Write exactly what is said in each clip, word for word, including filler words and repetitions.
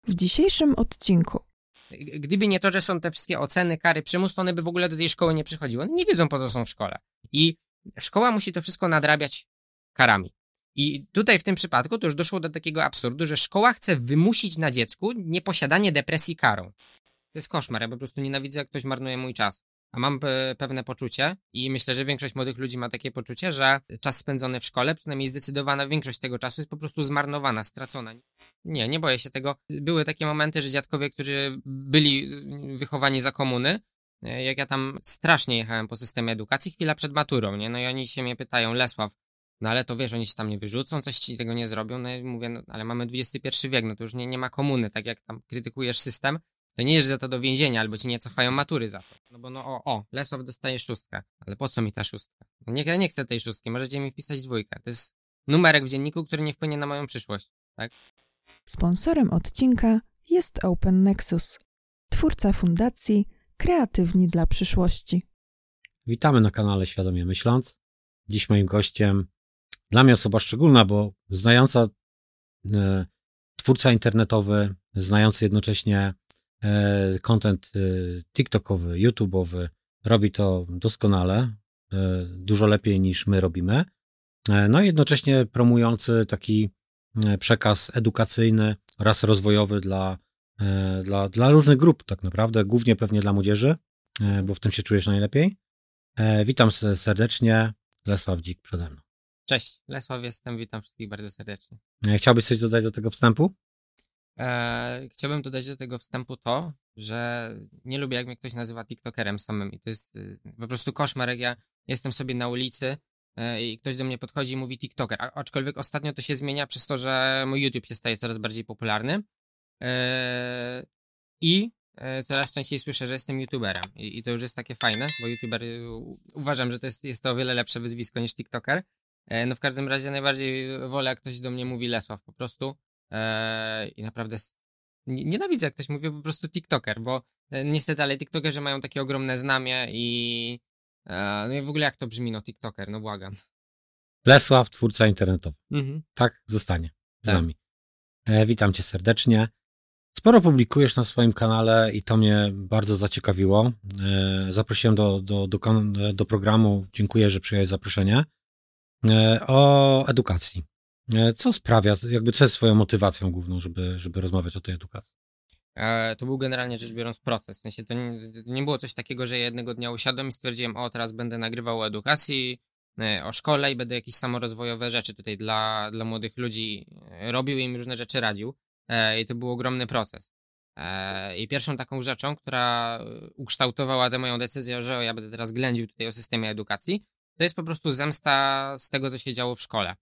W dzisiejszym odcinku. Gdyby nie to, że są te wszystkie oceny, kary, przymus, to one by w ogóle do tej szkoły nie przychodziły. One nie wiedzą, po co są w szkole. I szkoła musi to wszystko nadrabiać karami. I tutaj w tym przypadku to już doszło do takiego absurdu, że szkoła chce wymusić na dziecku nieposiadanie depresji karą. To jest koszmar, ja po prostu nienawidzę, jak ktoś marnuje mój czas. A mam pe- pewne poczucie i myślę, że większość młodych ludzi ma takie poczucie, że czas spędzony w szkole, przynajmniej zdecydowana większość tego czasu jest po prostu zmarnowana, stracona. Nie, nie boję się tego. Były takie momenty, że dziadkowie, którzy byli wychowani za komuny, jak ja tam strasznie jechałem po systemie edukacji, chwila przed maturą, nie? No i oni się mnie pytają, Lesław, no ale to wiesz, oni się tam nie wyrzucą, coś ci tego nie zrobią, no i mówię, no ale mamy dwudziesty pierwszy wiek, no to już nie, nie ma komuny, tak jak tam krytykujesz system, to nie jedziesz za to do więzienia, albo ci nie cofają matury za to. No bo no o, o, Lesław dostaje szóstkę. Ale po co mi ta szóstka? No nie, ja nie chcę tej szóstki, możecie mi wpisać dwójkę. To jest numerek w dzienniku, który nie wpłynie na moją przyszłość, tak? Sponsorem odcinka jest Open Nexus, twórca fundacji Kreatywni dla przyszłości. Witamy na kanale Świadomie Myśląc. Dziś moim gościem, dla mnie osoba szczególna, bo znająca e, twórca internetowy, znający jednocześnie content TikTokowy, YouTube'owy, robi to doskonale, dużo lepiej niż my robimy, no i jednocześnie promujący taki przekaz edukacyjny oraz rozwojowy dla, dla, dla różnych grup tak naprawdę, głównie pewnie dla młodzieży, bo w tym się czujesz najlepiej. Witam serdecznie, Lesław Dzik przede mną. Cześć, Lesław jestem, witam wszystkich bardzo serdecznie. Chciałbyś coś dodać do tego wstępu? Eee, chciałbym dodać do tego wstępu to, że nie lubię, jak mnie ktoś nazywa TikTokerem samym i to jest y, po prostu koszmar, jak ja jestem sobie na ulicy y, i ktoś do mnie podchodzi i mówi TikToker, a, aczkolwiek ostatnio to się zmienia przez to, że mój YouTube się staje coraz bardziej popularny eee, i y, coraz częściej słyszę, że jestem YouTuberem I, i to już jest takie fajne, bo YouTuber y, uważam, że to jest, jest to o wiele lepsze wyzwisko niż TikToker. E, no w każdym razie najbardziej wolę, jak ktoś do mnie mówi Lesław po prostu. Eee, I naprawdę nienawidzę, jak ktoś mówi po prostu TikToker, bo e, niestety, ale TikTokerzy mają takie ogromne znamie i e, no i w ogóle jak to brzmi, no TikToker, no błagam. Lesław, twórca internetowy. Mhm. Tak, zostanie z tak. nami. E, witam cię serdecznie. Sporo publikujesz na swoim kanale i to mnie bardzo zaciekawiło. E, zaprosiłem do, do, do, do programu, dziękuję, że przyjąłeś zaproszenie, e, o edukacji. Co sprawia, jakby co jest swoją motywacją główną, żeby, żeby rozmawiać o tej edukacji? E, to był generalnie rzecz biorąc proces. W sensie to nie, to nie było coś takiego, że jednego dnia usiadłem i stwierdziłem, o teraz będę nagrywał o edukacji, e, o szkole i będę jakieś samorozwojowe rzeczy tutaj dla, dla młodych ludzi robił i im różne rzeczy radził. E, I to był ogromny proces. E, I pierwszą taką rzeczą, która ukształtowała tę moją decyzję, że ja będę teraz ględził tutaj o systemie edukacji, to jest po prostu zemsta z tego, co się działo w szkole.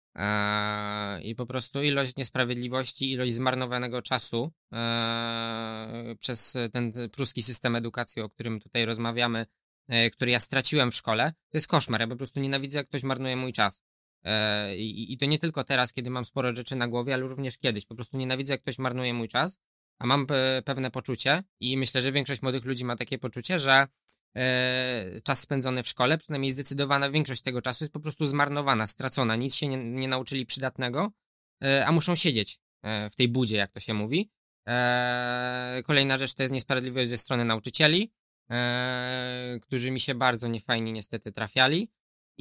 Eee, I po prostu ilość niesprawiedliwości, ilość zmarnowanego czasu eee, przez ten pruski system edukacji, o którym tutaj rozmawiamy, e, który ja straciłem w szkole, to jest koszmar. Ja po prostu nienawidzę, jak ktoś marnuje mój czas. Eee, i, I to nie tylko teraz, kiedy mam sporo rzeczy na głowie, ale również kiedyś. Po prostu nienawidzę, jak ktoś marnuje mój czas, a mam pe- pewne poczucie i myślę, że większość młodych ludzi ma takie poczucie, że E, czas spędzony w szkole, przynajmniej zdecydowana większość tego czasu jest po prostu zmarnowana, stracona, nic się nie, nie nauczyli przydatnego, e, a muszą siedzieć e, w tej budzie, jak to się mówi. E, kolejna rzecz to jest niesprawiedliwość ze strony nauczycieli, e, którzy mi się bardzo niefajnie niestety trafiali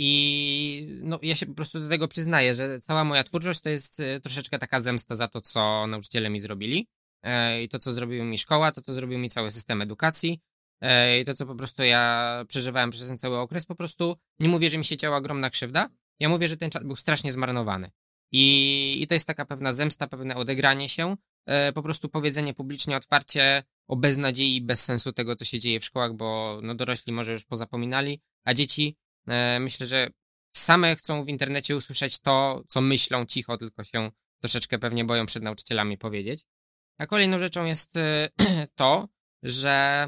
i no, ja się po prostu do tego przyznaję, że cała moja twórczość to jest e, troszeczkę taka zemsta za to, co nauczyciele mi zrobili e, i to, co zrobił mi szkoła, to, co zrobił mi cały system edukacji. I to, co po prostu ja przeżywałem przez ten cały okres, po prostu nie mówię, że mi się działa ogromna krzywda, ja mówię, że ten czas był strasznie zmarnowany. I, i to jest taka pewna zemsta, pewne odegranie się, e, po prostu powiedzenie publicznie, otwarcie o beznadziei i bez sensu tego, co się dzieje w szkołach, bo no dorośli może już pozapominali, a dzieci e, myślę, że same chcą w internecie usłyszeć to, co myślą cicho, tylko się troszeczkę pewnie boją przed nauczycielami powiedzieć. A kolejną rzeczą jest e, to, że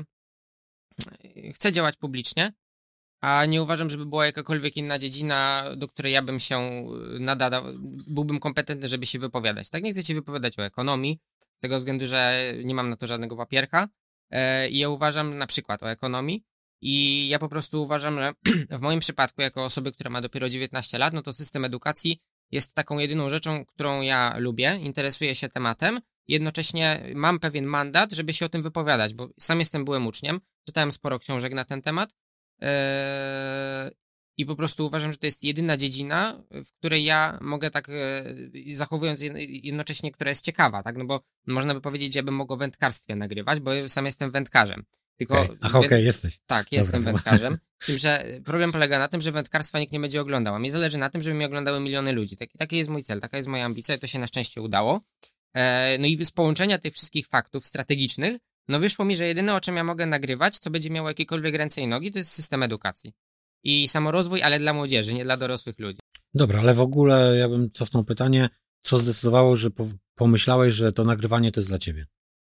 chcę działać publicznie, a nie uważam, żeby była jakakolwiek inna dziedzina, do której ja bym się nadał, byłbym kompetentny, żeby się wypowiadać. Tak, nie chcę się wypowiadać o ekonomii, z tego względu, że nie mam na to żadnego papierka i ja uważam na przykład o ekonomii i ja po prostu uważam, że w moim przypadku, jako osoby, która ma dopiero dziewiętnaście lat, no to system edukacji jest taką jedyną rzeczą, którą ja lubię, interesuję się tematem jednocześnie mam pewien mandat, żeby się o tym wypowiadać, bo sam jestem byłym uczniem, czytałem sporo książek na ten temat yy, i po prostu uważam, że to jest jedyna dziedzina, w której ja mogę tak, yy, zachowując jednocześnie, która jest ciekawa, tak, no bo można by powiedzieć, że ja bym mógł o wędkarstwie nagrywać, bo sam jestem wędkarzem. Tylko okay. Ach, okej, okay, jesteś. Tak, Dobra, jestem wędkarzem. Tym, że problem polega na tym, że wędkarstwa nikt nie będzie oglądał. A mi zależy na tym, żeby mnie oglądały miliony ludzi. Taki, taki jest mój cel, taka jest moja ambicja i to się na szczęście udało. E, no i z połączenia tych wszystkich faktów strategicznych, no wyszło mi, że jedyne, o czym ja mogę nagrywać, co będzie miało jakiekolwiek ręce i nogi, to jest system edukacji. I samorozwój, ale dla młodzieży, nie dla dorosłych ludzi. Dobra, ale w ogóle ja bym cofnął pytanie, co zdecydowało, że pomyślałeś, że to nagrywanie to jest dla ciebie?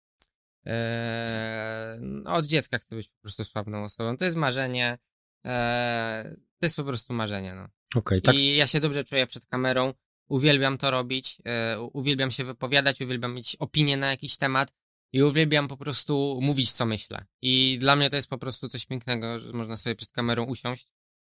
Eee, no od dziecka chcę być po prostu sławną osobą. To jest marzenie. Eee, to jest po prostu marzenie, no. Okay, tak. I ja się dobrze czuję przed kamerą. Uwielbiam to robić. E, uwielbiam się wypowiadać, uwielbiam mieć opinię na jakiś temat i uwielbiam po prostu mówić, co myślę. I dla mnie to jest po prostu coś pięknego, że można sobie przed kamerą usiąść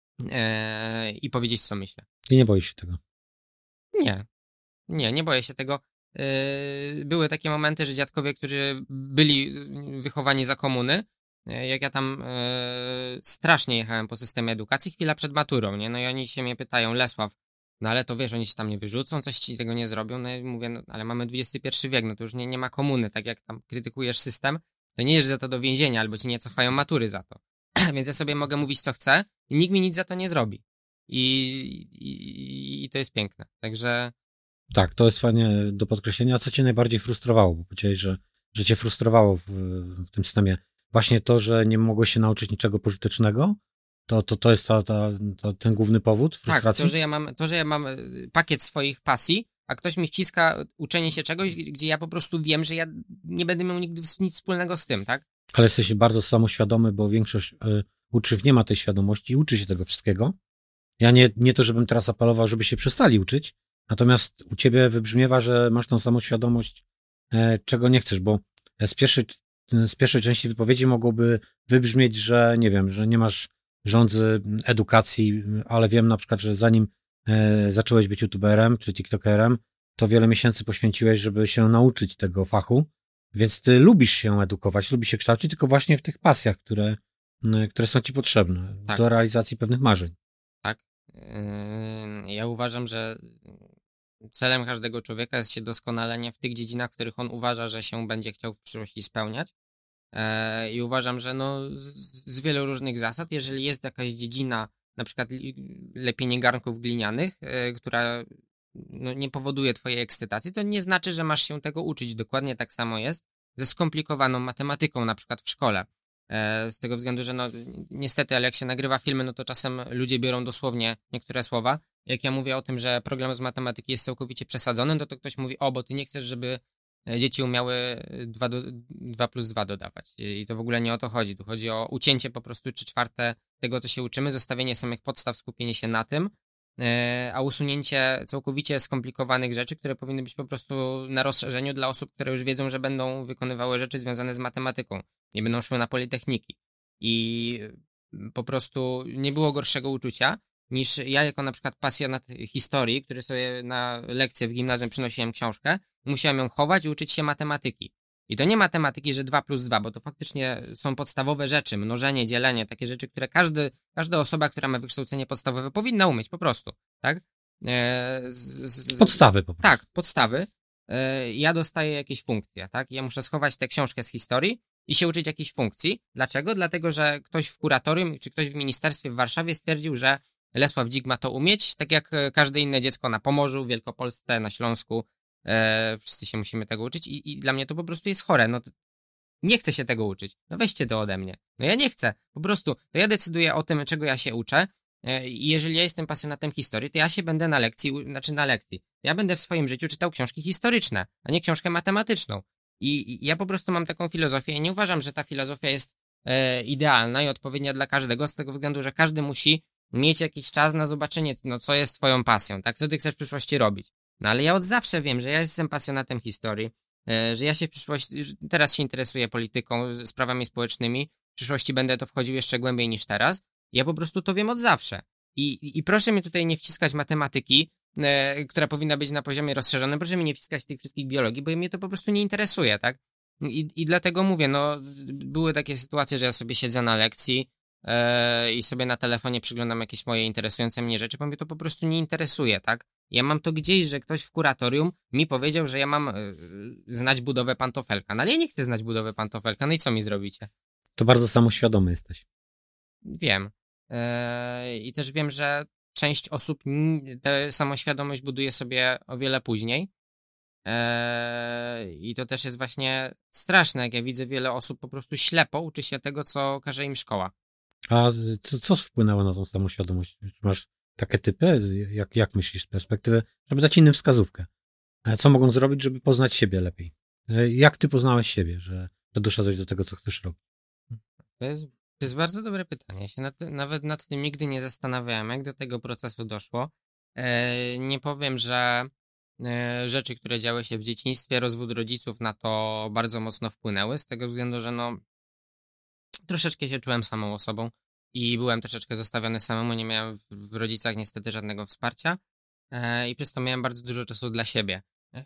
e, i powiedzieć, co myślę. I nie boisz się tego? Nie. Nie, nie boję się tego. Były takie momenty, że dziadkowie, którzy byli wychowani za komuny, jak ja tam strasznie jechałem po systemie edukacji, chwila przed maturą, nie? No i oni się mnie pytają, Lesław, no ale to wiesz, oni się tam nie wyrzucą, coś ci tego nie zrobią, no i mówię, no ale mamy dwudziesty pierwszy wiek, no to już nie, nie ma komuny, tak jak tam krytykujesz system, to nie jedziesz za to do więzienia, albo ci nie cofają matury za to. Więc ja sobie mogę mówić, co chcę i nikt mi nic za to nie zrobi. I, i, i to jest piękne, także... Tak, to jest fajnie do podkreślenia. A co cię najbardziej frustrowało? Bo powiedziałeś, że, że cię frustrowało w, w tym systemie. Właśnie to, że nie mogłeś się nauczyć niczego pożytecznego? To, to, to jest ta, ta, ta, ten główny powód frustracji? Tak, to że, ja mam, to, że ja mam pakiet swoich pasji, a ktoś mi wciska uczenie się czegoś, gdzie ja po prostu wiem, że ja nie będę miał nigdy nic wspólnego z tym, tak? Ale jesteś bardzo samoświadomy, bo większość y, uczniów nie ma tej świadomości i uczy się tego wszystkiego. Ja nie, nie to, żebym teraz apelował, żeby się przestali uczyć, natomiast u ciebie wybrzmiewa, że masz tą samoświadomość, e, czego nie chcesz, bo z pierwszej, z pierwszej części wypowiedzi mogłoby wybrzmieć, że nie wiem, że nie masz żądzy edukacji, ale wiem na przykład, że zanim e, zacząłeś być youtuberem czy tiktokerem, to wiele miesięcy poświęciłeś, żeby się nauczyć tego fachu, więc ty lubisz się edukować, lubisz się kształcić, tylko właśnie w tych pasjach, które, które są ci potrzebne tak. do realizacji pewnych marzeń. Tak. Ja uważam, że celem każdego człowieka jest się doskonalenie w tych dziedzinach, w których on uważa, że się będzie chciał w przyszłości spełniać. I uważam, że no z wielu różnych zasad, jeżeli jest jakaś dziedzina, na przykład lepienie garnków glinianych, która no, nie powoduje twojej ekscytacji, to nie znaczy, że masz się tego uczyć. Dokładnie tak samo jest ze skomplikowaną matematyką, na przykład w szkole. Z tego względu, że no niestety, ale jak się nagrywa filmy, no to czasem ludzie biorą dosłownie niektóre słowa. Jak ja mówię o tym, że program z matematyki jest całkowicie przesadzony, to, to ktoś mówi, o, bo ty nie chcesz, żeby dzieci umiały dwa plus dwa dodawać. I to w ogóle nie o to chodzi. Tu chodzi o ucięcie po prostu trzy czwarte tego, co się uczymy, zostawienie samych podstaw, skupienie się na tym, a usunięcie całkowicie skomplikowanych rzeczy, które powinny być po prostu na rozszerzeniu dla osób, które już wiedzą, że będą wykonywały rzeczy związane z matematyką. Nie będą szły na politechniki. I po prostu nie było gorszego uczucia, niż ja jako na przykład pasjonat historii, który sobie na lekcję w gimnazjum przynosiłem książkę, musiałem ją chować i uczyć się matematyki. I to nie matematyki, że dwa plus dwa, bo to faktycznie są podstawowe rzeczy, mnożenie, dzielenie, takie rzeczy, które każdy, każda osoba, która ma wykształcenie podstawowe, powinna umieć po prostu, tak? E, z, z, podstawy po prostu. Tak, podstawy. E, ja dostaję jakieś funkcje, tak? Ja muszę schować tę książkę z historii i się uczyć jakiejś funkcji. Dlaczego? Dlatego, że ktoś w kuratorium, czy ktoś w ministerstwie w Warszawie stwierdził, że Lesław Dzik ma to umieć, tak jak każde inne dziecko na Pomorzu, w Wielkopolsce, na Śląsku. E, wszyscy się musimy tego uczyć i, i dla mnie to po prostu jest chore. No, nie chcę się tego uczyć. No weźcie to ode mnie. No ja nie chcę. Po prostu to ja decyduję o tym, czego ja się uczę e, i jeżeli ja jestem pasjonatem historii, to ja się będę na lekcji, znaczy na lekcji. Ja będę w swoim życiu czytał książki historyczne, a nie książkę matematyczną. I, i ja po prostu mam taką filozofię i nie uważam, że ta filozofia jest e, idealna i odpowiednia dla każdego, z tego względu, że każdy musi mieć jakiś czas na zobaczenie, no co jest twoją pasją, tak? Co ty chcesz w przyszłości robić. No ale ja od zawsze wiem, że ja jestem pasjonatem historii, że ja się w przyszłości, teraz się interesuję polityką, sprawami społecznymi, w przyszłości będę to wchodził jeszcze głębiej niż teraz. Ja po prostu to wiem od zawsze. I, i proszę mi tutaj nie wciskać matematyki, e, która powinna być na poziomie rozszerzonym, proszę mi nie wciskać tych wszystkich biologii, bo mnie to po prostu nie interesuje, tak? I, i dlatego mówię, no, były takie sytuacje, że ja sobie siedzę na lekcji e, i sobie na telefonie przyglądam jakieś moje interesujące mnie rzeczy, bo mnie to po prostu nie interesuje, tak? Ja mam to gdzieś, że ktoś w kuratorium mi powiedział, że ja mam e, znać budowę pantofelka, no ale ja nie chcę znać budowę pantofelka, no i co mi zrobicie? To bardzo samoświadomy jesteś. Wiem. E, I też wiem, że część osób tę samoświadomość buduje sobie o wiele później. Eee, I to też jest właśnie straszne, jak ja widzę wiele osób po prostu ślepo uczy się tego, co każe im szkoła. A co, co wpłynęło na tą samoświadomość? Czy masz takie typy? Jak, jak myślisz z perspektywy, żeby dać innym wskazówkę? Co mogą zrobić, żeby poznać siebie lepiej? Jak ty poznałeś siebie, że, że doszedłeś do tego, co chcesz robić? To jest, to jest bardzo dobre pytanie. Ja się nad, nawet nad tym nigdy nie zastanawiałem, jak do tego procesu doszło. Eee, nie powiem, że rzeczy, które działy się w dzieciństwie, rozwód rodziców na to bardzo mocno wpłynęły, z tego względu, że no troszeczkę się czułem samą osobą i byłem troszeczkę zostawiony samemu, nie miałem w, w rodzicach niestety żadnego wsparcia e, i przez to miałem bardzo dużo czasu dla siebie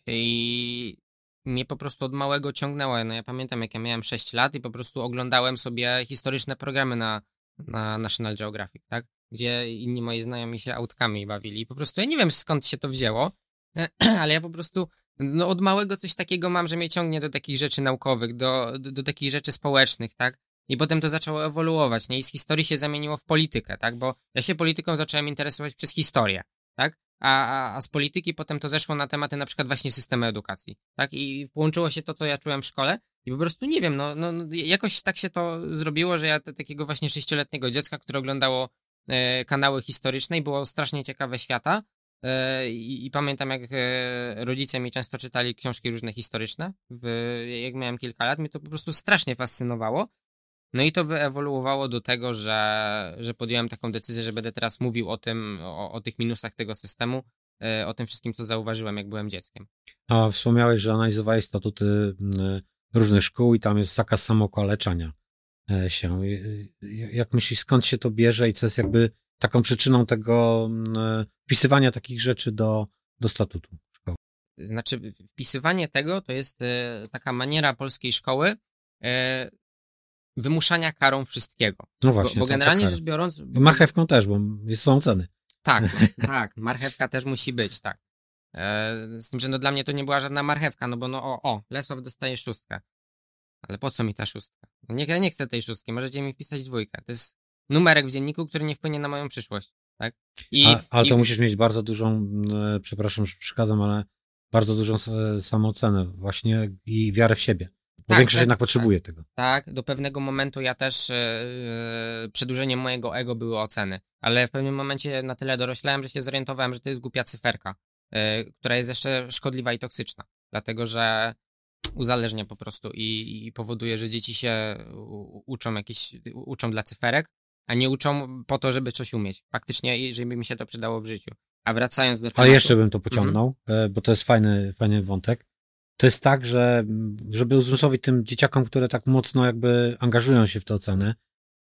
i mnie po prostu od małego ciągnęło, no ja pamiętam jak ja miałem sześć lat i po prostu oglądałem sobie historyczne programy na, na National Geographic, tak, gdzie inni moi znajomi się autkami bawili i po prostu ja nie wiem skąd się to wzięło, ale ja po prostu no, od małego coś takiego mam, że mnie ciągnie do takich rzeczy naukowych, do, do, do takich rzeczy społecznych, tak? I potem to zaczęło ewoluować, nie? I z historii się zamieniło w politykę, tak? Bo ja się polityką zacząłem interesować przez historię, tak? A, a, a z polityki potem to zeszło na tematy na przykład właśnie systemu edukacji, tak? I połączyło się to, co ja czułem w szkole i po prostu nie wiem, no, no jakoś tak się to zrobiło, że ja te, takiego właśnie sześcioletniego dziecka, które oglądało e, kanały historyczne i było strasznie ciekawe świata, I, I pamiętam, jak rodzice mi często czytali książki różne historyczne, w, jak miałem kilka lat, mnie to po prostu strasznie fascynowało. No i to wyewoluowało do tego, że, że podjąłem taką decyzję, że będę teraz mówił o tym, o, o tych minusach tego systemu, o tym wszystkim, co zauważyłem, jak byłem dzieckiem. A wspomniałeś, że analizowałeś statuty różnych szkół i tam jest zakaz samookaleczania się. Jak myślisz, skąd się to bierze i co jest jakby taką przyczyną tego wpisywania takich rzeczy do, do statutu szkoły? Znaczy, wpisywanie tego to jest e, taka maniera polskiej szkoły e, wymuszania karą wszystkiego. No właśnie. Bo, bo generalnie rzecz biorąc... I marchewką też, bo są ceny. Tak, tak, marchewka też musi być, tak. E, z tym, że no dla mnie to nie była żadna marchewka, no bo no o, o, Lesław dostaje szóstkę. Ale po co mi ta szóstka? No nie, ja nie chcę tej szóstki, możecie mi wpisać dwójkę. To jest numerek w dzienniku, który nie wpłynie na moją przyszłość, tak? I, A, ale to i... musisz mieć bardzo dużą, e, przepraszam, że przeszkadzam, ale bardzo dużą samoocenę właśnie i wiarę w siebie. Bo tak, większość tak, jednak potrzebuje tak, tego. Tak, do pewnego momentu ja też yy, przedłużeniem mojego ego były oceny, ale w pewnym momencie na tyle doroślałem, że się zorientowałem, że to jest głupia cyferka, yy, która jest jeszcze szkodliwa i toksyczna, dlatego że uzależnia po prostu i, i powoduje, że dzieci się u, uczą jakieś, uczą dla cyferek, a nie uczą po to, żeby coś umieć. Faktycznie, żeby mi się to przydało w życiu. A wracając do tematu... Ale jeszcze bym to pociągnął, mhm. bo to jest fajny, fajny wątek. To jest tak, że żeby uzmysłowić tym dzieciakom, które tak mocno jakby angażują się w te oceny,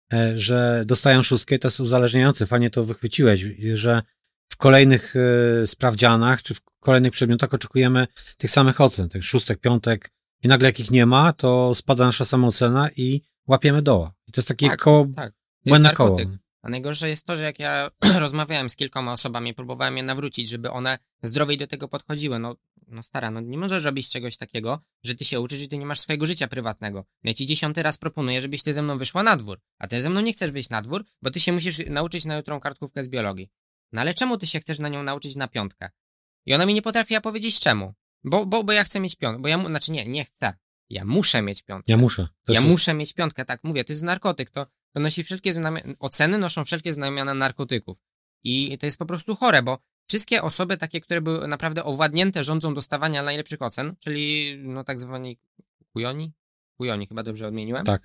że dostają szóstkę, to jest uzależniające. Fajnie to wychwyciłeś, że w kolejnych sprawdzianach, czy w kolejnych przedmiotach oczekujemy tych samych ocen, tych szóstek, piątek i nagle jak ich nie ma, to spada nasza samoocena i łapiemy doła. I to jest takie tak, koło, tak. błędne koło. A najgorsze jest to, że jak ja rozmawiałem z kilkoma osobami, próbowałem je nawrócić, żeby one zdrowiej do tego podchodziły. No, no stara, no nie możesz robić czegoś takiego, że ty się uczysz i ty nie masz swojego życia prywatnego. Ja ci dziesiąty raz proponuję, żebyś ty ze mną wyszła na dwór, a ty ze mną nie chcesz wyjść na dwór, bo ty się musisz nauczyć na jutro kartkówkę z biologii. No ale czemu ty się chcesz na nią nauczyć na piątkę? I ona mi nie potrafiła powiedzieć czemu. Bo, bo, bo ja chcę mieć piątkę, bo ja, znaczy nie, nie chcę. Ja muszę mieć piątkę. Ja muszę. To ja jest... muszę mieć piątkę, tak mówię, to jest narkotyk, to, to nosi wszelkie znamiona, oceny noszą wszelkie znamiona narkotyków. I to jest po prostu chore, bo wszystkie osoby takie, które były naprawdę owładnięte rządzą dostawania najlepszych ocen, czyli no tak zwani kujoni, kujoni chyba dobrze odmieniłem, tak.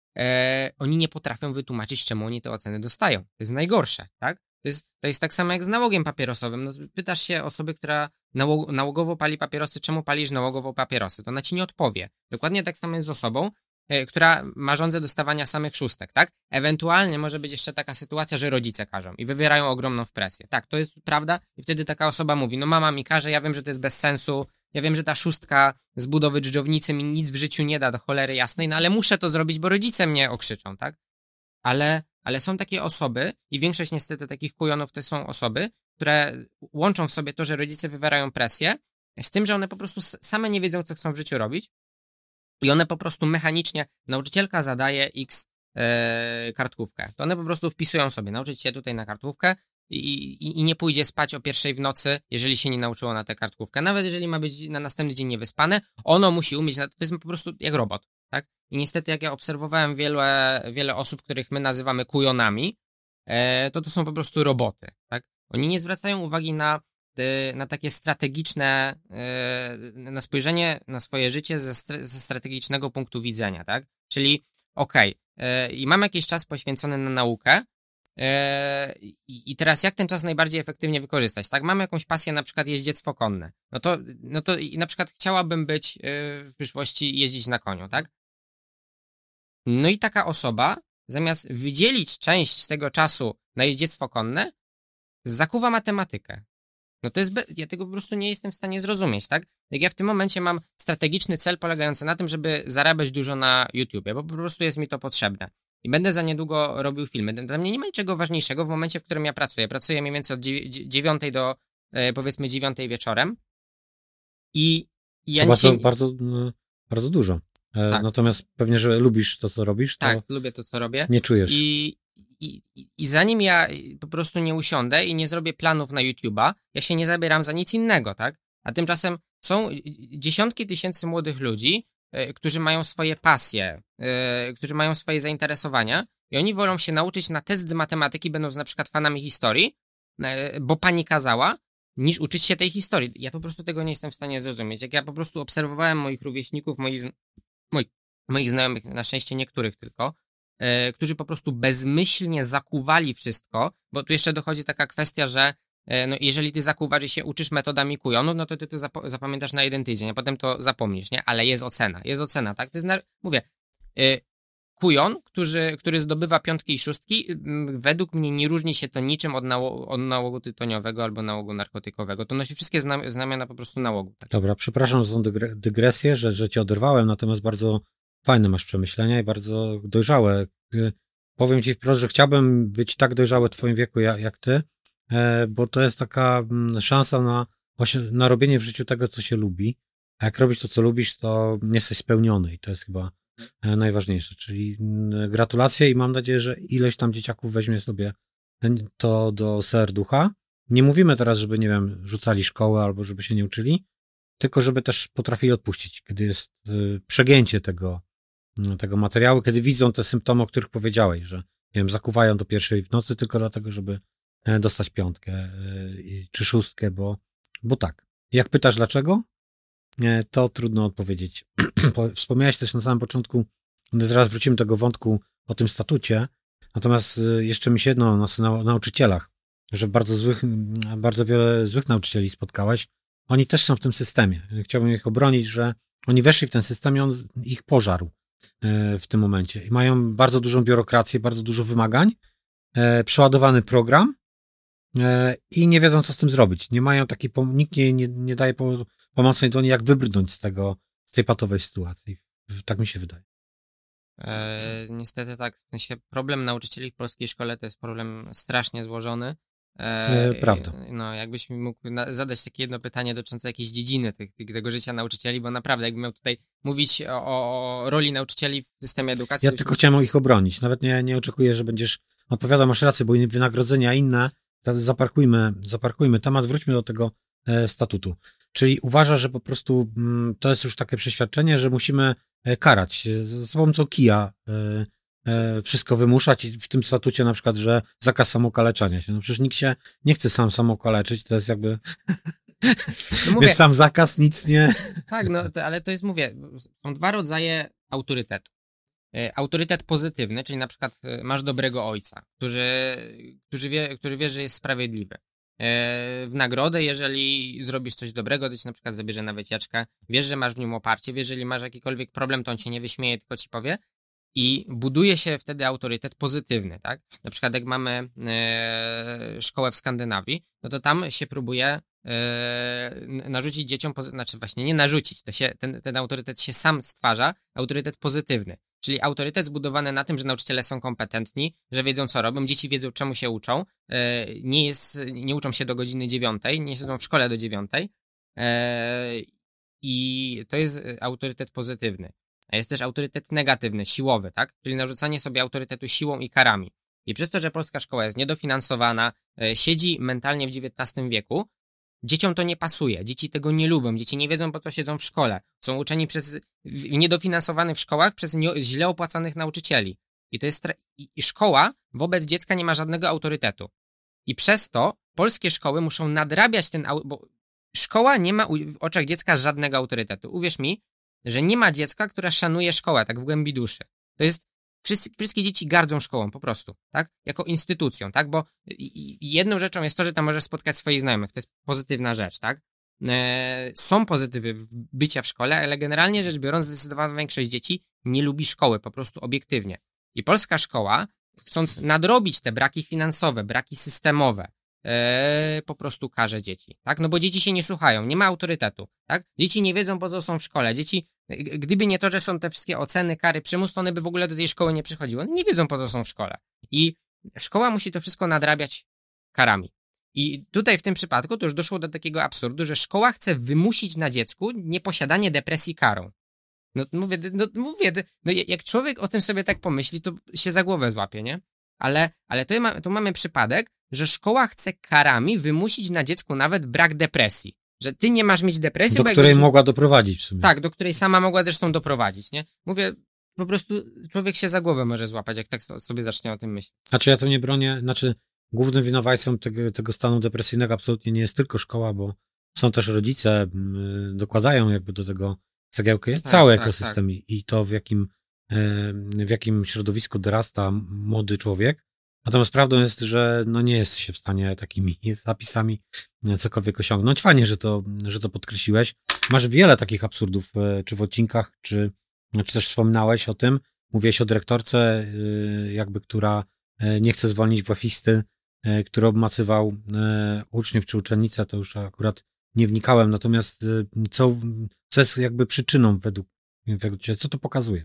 E, oni nie potrafią wytłumaczyć, czemu oni te oceny dostają. To jest najgorsze, tak? To jest, to jest tak samo jak z nałogiem papierosowym. No, pytasz się osoby, która nałog, nałogowo pali papierosy, czemu palisz nałogowo papierosy? To ona ci nie odpowie. Dokładnie tak samo jest z osobą, która ma żądzę dostawania samych szóstek, tak? Ewentualnie może być jeszcze taka sytuacja, że rodzice każą i wywierają ogromną presję. Tak, to jest prawda i wtedy taka osoba mówi, no mama mi każe, ja wiem, że to jest bez sensu, ja wiem, że ta szóstka z budowy dżdżownicy mi nic w życiu nie da do cholery jasnej, no ale muszę to zrobić, bo rodzice mnie okrzyczą, tak? Ale, ale są takie osoby i większość niestety takich kujonów to są osoby, które łączą w sobie to, że rodzice wywierają presję z tym, że one po prostu same nie wiedzą, co chcą w życiu robić i one po prostu mechanicznie, nauczycielka zadaje x e, kartkówkę, to one po prostu wpisują sobie, nauczyć się tutaj na kartkówkę i, i, i nie pójdzie spać o pierwszej w nocy, jeżeli się nie nauczyło na tę kartkówkę. Nawet jeżeli ma być na następny dzień niewyspane, ono musi umieć, to jest po prostu jak robot, tak? I niestety jak ja obserwowałem wiele, wiele osób, których my nazywamy kujonami, e, to to są po prostu roboty, tak? Oni nie zwracają uwagi na na takie strategiczne, na spojrzenie na swoje życie ze, ze strategicznego punktu widzenia, tak? Czyli okej, okay, i mam jakiś czas poświęcony na naukę i teraz jak ten czas najbardziej efektywnie wykorzystać, tak? Mam jakąś pasję, na przykład jeździectwo konne, no to, no to na przykład chciałabym być w przyszłości jeździć na koniu, tak? No i taka osoba, zamiast wydzielić część z tego czasu na jeździectwo konne, zakuwa matematykę. No to jest, be... ja tego po prostu nie jestem w stanie zrozumieć, tak? Jak ja w tym momencie mam strategiczny cel polegający na tym, żeby zarabiać dużo na YouTubie, bo po prostu jest mi to potrzebne. I będę za niedługo robił filmy. Dla mnie nie ma niczego ważniejszego w momencie, w którym ja pracuję. Pracuję mniej więcej od dziewiątej do e, powiedzmy dziewiątej wieczorem. I ja to dzisiaj... bardzo, bardzo, bardzo dużo. E, tak. Natomiast pewnie, że lubisz to, co robisz, to tak, lubię to, co robię. Nie czujesz. I... I, i, I zanim ja po prostu nie usiądę i nie zrobię planów na YouTube'a, ja się nie zabieram za nic innego, tak? A tymczasem są dziesiątki tysięcy młodych ludzi, y, którzy mają swoje pasje, y, którzy mają swoje zainteresowania i oni wolą się nauczyć na test z matematyki, będąc na przykład fanami historii, y, bo pani kazała, niż uczyć się tej historii. Ja po prostu tego nie jestem w stanie zrozumieć. Jak ja po prostu obserwowałem moich rówieśników, moich, moich, moich znajomych, na szczęście niektórych tylko, którzy po prostu bezmyślnie zakuwali wszystko, bo tu jeszcze dochodzi taka kwestia, że no, jeżeli ty zakuwasz i się uczysz metodami kujonów, no to ty to zap- zapamiętasz na jeden tydzień, a potem to zapomnisz, nie? Ale jest ocena, jest ocena, tak? To jest, na... mówię, y, kujon, który, który zdobywa piątki i szóstki, y, według mnie nie różni się to niczym od, nało- od nałogu tytoniowego albo nałogu narkotykowego. To nosi wszystkie znam- znamiona po prostu nałogu. Tak? Dobra, przepraszam za tą dygre- dygresję, że, że cię oderwałem, natomiast bardzo fajne masz przemyślenia i bardzo dojrzałe. Powiem ci wprost, że chciałbym być tak dojrzały w twoim wieku jak, jak ty, bo to jest taka szansa na, na robienie w życiu tego, co się lubi. A jak robisz to, co lubisz, to nie jesteś spełniony i to jest chyba najważniejsze. Czyli gratulacje i mam nadzieję, że ileś tam dzieciaków weźmie sobie to do serducha. Nie mówimy teraz, żeby, nie wiem, rzucali szkołę albo żeby się nie uczyli, tylko żeby też potrafili odpuścić, kiedy jest przegięcie tego tego materiału, kiedy widzą te symptomy, o których powiedziałeś, że nie wiem, zakuwają do pierwszej w nocy tylko dlatego, żeby dostać piątkę czy szóstkę, bo, bo tak. Jak pytasz dlaczego, to trudno odpowiedzieć. Wspomniałeś też na samym początku, zaraz wrócimy do tego wątku o tym statucie, natomiast jeszcze mi się jedno na nauczycielach, że bardzo złych, bardzo wiele złych nauczycieli spotkałeś, oni też są w tym systemie. Chciałbym ich obronić, że oni weszli w ten system i on ich pożarł w tym momencie. I mają bardzo dużą biurokrację, bardzo dużo wymagań, e, przeładowany program e, i nie wiedzą, co z tym zrobić. Nie mają takiej, nikt nie, nie, nie daje po, pomocnej dłoni, jak wybrnąć z tego, z tej patowej sytuacji. Tak mi się wydaje. E, niestety tak. W sensie problem nauczycieli w polskiej szkole to jest problem strasznie złożony. E, Prawda. No, jakbyś mi mógł na, zadać takie jedno pytanie dotyczące jakiejś dziedziny tych, tego życia nauczycieli, bo naprawdę jakbym miał tutaj mówić o, o roli nauczycieli w systemie edukacji... Ja tylko chciałem ich obronić. Nawet nie, nie oczekuję, że będziesz odpowiadał, masz rację, bo wynagrodzenia inne, zaparkujmy, zaparkujmy temat, wróćmy do tego e, statutu. Czyli uważasz, że po prostu m, to jest już takie przeświadczenie, że musimy e, karać z, z pomocą kija e, wszystko wymuszać i w tym statucie na przykład, że zakaz samokaleczania się. No przecież nikt się nie chce sam samokaleczyć, to jest jakby... No mówię, więc sam zakaz nic nie... Tak, no to, ale to jest, mówię, są dwa rodzaje autorytetu. Autorytet pozytywny, czyli na przykład masz dobrego ojca, który, który, wie, który wie, że jest sprawiedliwy. w nagrodę, jeżeli zrobisz coś dobrego, to ci na przykład zabierze na wycieczkę, wiesz, że masz w nim oparcie, wiesz, jeżeli masz jakikolwiek problem, to on cię nie wyśmieje, tylko ci powie i buduje się wtedy autorytet pozytywny, tak? Na przykład jak mamy e, szkołę w Skandynawii, no to tam się próbuje e, narzucić dzieciom, pozy- znaczy właśnie nie narzucić, to się, ten, ten autorytet się sam stwarza, autorytet pozytywny. Czyli autorytet zbudowany na tym, że nauczyciele są kompetentni, że wiedzą, co robią, dzieci wiedzą, czemu się uczą, nie, jest, nie uczą się do godziny dziewiątej, nie siedzą w szkole do dziewiątej i to jest autorytet pozytywny. A jest też autorytet negatywny, siłowy, tak? Czyli narzucanie sobie autorytetu siłą i karami. I przez to, że polska szkoła jest niedofinansowana, siedzi mentalnie w dziewiętnastym wieku, dzieciom to nie pasuje, dzieci tego nie lubią, dzieci nie wiedzą, po co siedzą w szkole. Są uczeni przez niedofinansowanych w szkołach przez nie, źle opłacanych nauczycieli. I to jest tra- i, i szkoła wobec dziecka nie ma żadnego autorytetu. I przez to polskie szkoły muszą nadrabiać ten, au- bo szkoła nie ma w oczach dziecka żadnego autorytetu. Uwierz mi, że nie ma dziecka, które szanuje szkołę tak w głębi duszy. To jest Wszyscy, wszystkie dzieci gardzą szkołą, po prostu, tak? Jako instytucją, tak? Bo jedną rzeczą jest to, że tam możesz spotkać swoich znajomych. To jest pozytywna rzecz, tak? E, są pozytywy bycia w szkole, ale generalnie rzecz biorąc, zdecydowana większość dzieci nie lubi szkoły, po prostu obiektywnie. I polska szkoła, chcąc nadrobić te braki finansowe, braki systemowe, e, po prostu karze dzieci, tak? No bo dzieci się nie słuchają, nie ma autorytetu, tak? Dzieci nie wiedzą, po co są w szkole. Dzieci Gdyby nie to, że są te wszystkie oceny, kary, przymus, to one by w ogóle do tej szkoły nie przychodziły. One nie wiedzą, po co są w szkole. I szkoła musi to wszystko nadrabiać karami. I tutaj w tym przypadku to już doszło do takiego absurdu, że szkoła chce wymusić na dziecku nieposiadanie depresji karą. No mówię, no mówię, no jak człowiek o tym sobie tak pomyśli, to się za głowę złapie, nie? Ale, ale tu, ma, tu mamy przypadek, że szkoła chce karami wymusić na dziecku nawet brak depresji. Że ty nie masz mieć depresji, do bo której jakbyś... mogła doprowadzić w sumie. Tak, do której sama mogła zresztą doprowadzić, nie? Mówię, po prostu człowiek się za głowę może złapać, jak tak sobie zacznie o tym myśleć. Znaczy ja to nie bronię, znaczy głównym winowajcą tego, tego stanu depresyjnego absolutnie nie jest tylko szkoła, bo są też rodzice, yy, dokładają jakby do tego cegiełkę, tak, cały tak, ekosystem tak. I to w jakim, yy, w jakim środowisku dorasta młody człowiek. Natomiast prawdą jest, że no nie jest się w stanie takimi zapisami cokolwiek osiągnąć. Fajnie, że to, że to podkreśliłeś. Masz wiele takich absurdów, czy w odcinkach, czy, czy też wspominałeś o tym. Mówiłeś o dyrektorce, jakby, która nie chce zwolnić WF-isty, który obmacywał uczniów czy uczennice, to już akurat nie wnikałem. Natomiast co, co jest jakby przyczyną według, według ciebie? Co to pokazuje?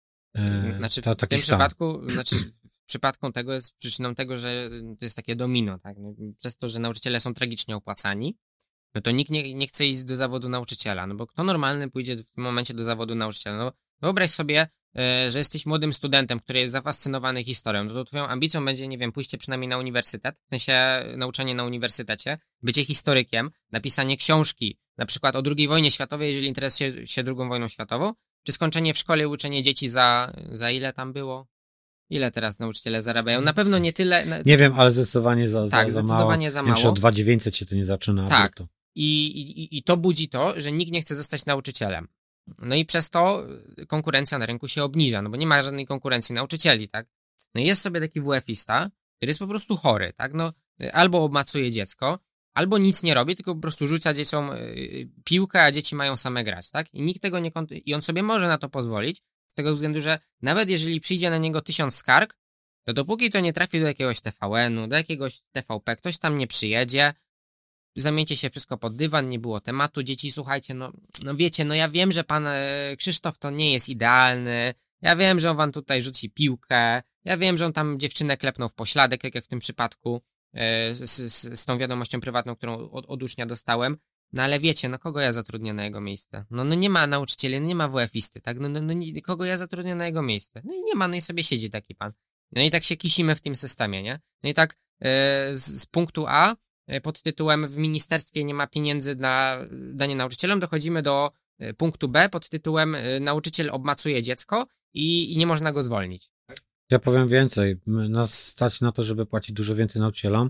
Znaczy, Ta, w tym stan. przypadku, znaczy w przypadku tego jest przyczyną tego, że to jest takie domino, tak? No, przez to, że nauczyciele są tragicznie opłacani, no to nikt nie, nie chce iść do zawodu nauczyciela, no bo kto normalny pójdzie w tym momencie do zawodu nauczyciela? No wyobraź sobie, e, że jesteś młodym studentem, który jest zafascynowany historią, no to twoją ambicją będzie, nie wiem, pójście przynajmniej na uniwersytet, w sensie nauczanie na uniwersytecie, bycie historykiem, napisanie książki, na przykład o drugiej wojnie światowej, jeżeli interesuje się drugą wojną światową, czy skończenie w szkole i uczenie dzieci za, za ile tam było? Ile teraz nauczyciele zarabiają? Na pewno nie tyle... Na... Nie wiem, ale zdecydowanie za, tak, za, za zdecydowanie mało. za mało. Wiem, że o dwa tysiące dziewięćset się to nie zaczyna. Tak. To. I, i, I to budzi to, że nikt nie chce zostać nauczycielem. No i przez to konkurencja na rynku się obniża, no bo nie ma żadnej konkurencji nauczycieli, tak? No i jest sobie taki WF-ista, który jest po prostu chory, tak? No albo obmacuje dziecko, albo nic nie robi, tylko po prostu rzuca dzieciom piłkę, a dzieci mają same grać, tak? I nikt tego nie... Kont- I on sobie może na to pozwolić, z tego względu, że nawet jeżeli przyjdzie na niego tysiąc skarg, to dopóki to nie trafi do jakiegoś T V N-u, do jakiegoś T V P, ktoś tam nie przyjedzie, zamiecie się wszystko pod dywan, nie było tematu, dzieci, słuchajcie, no, no wiecie, no ja wiem, że pan e, Krzysztof to nie jest idealny, ja wiem, że on wam tutaj rzuci piłkę, ja wiem, że on tam dziewczynę klepnął w pośladek, jak w tym przypadku e, z, z, z tą wiadomością prywatną, którą od, od ucznia dostałem. No ale wiecie, no kogo ja zatrudnię na jego miejsce? No, no nie ma nauczycieli, no nie ma WF-isty, tak? No, no, no nie, kogo ja zatrudnię na jego miejsce? No i nie ma, no i sobie siedzi taki pan. No i tak się kisimy w tym systemie, nie? No i tak e, z, z punktu A e, pod tytułem w ministerstwie nie ma pieniędzy na danie nauczycielom, dochodzimy do e, punktu B pod tytułem e, nauczyciel obmacuje dziecko i, i nie można go zwolnić. Ja powiem więcej. Nas stać na to, żeby płacić dużo więcej nauczycielom,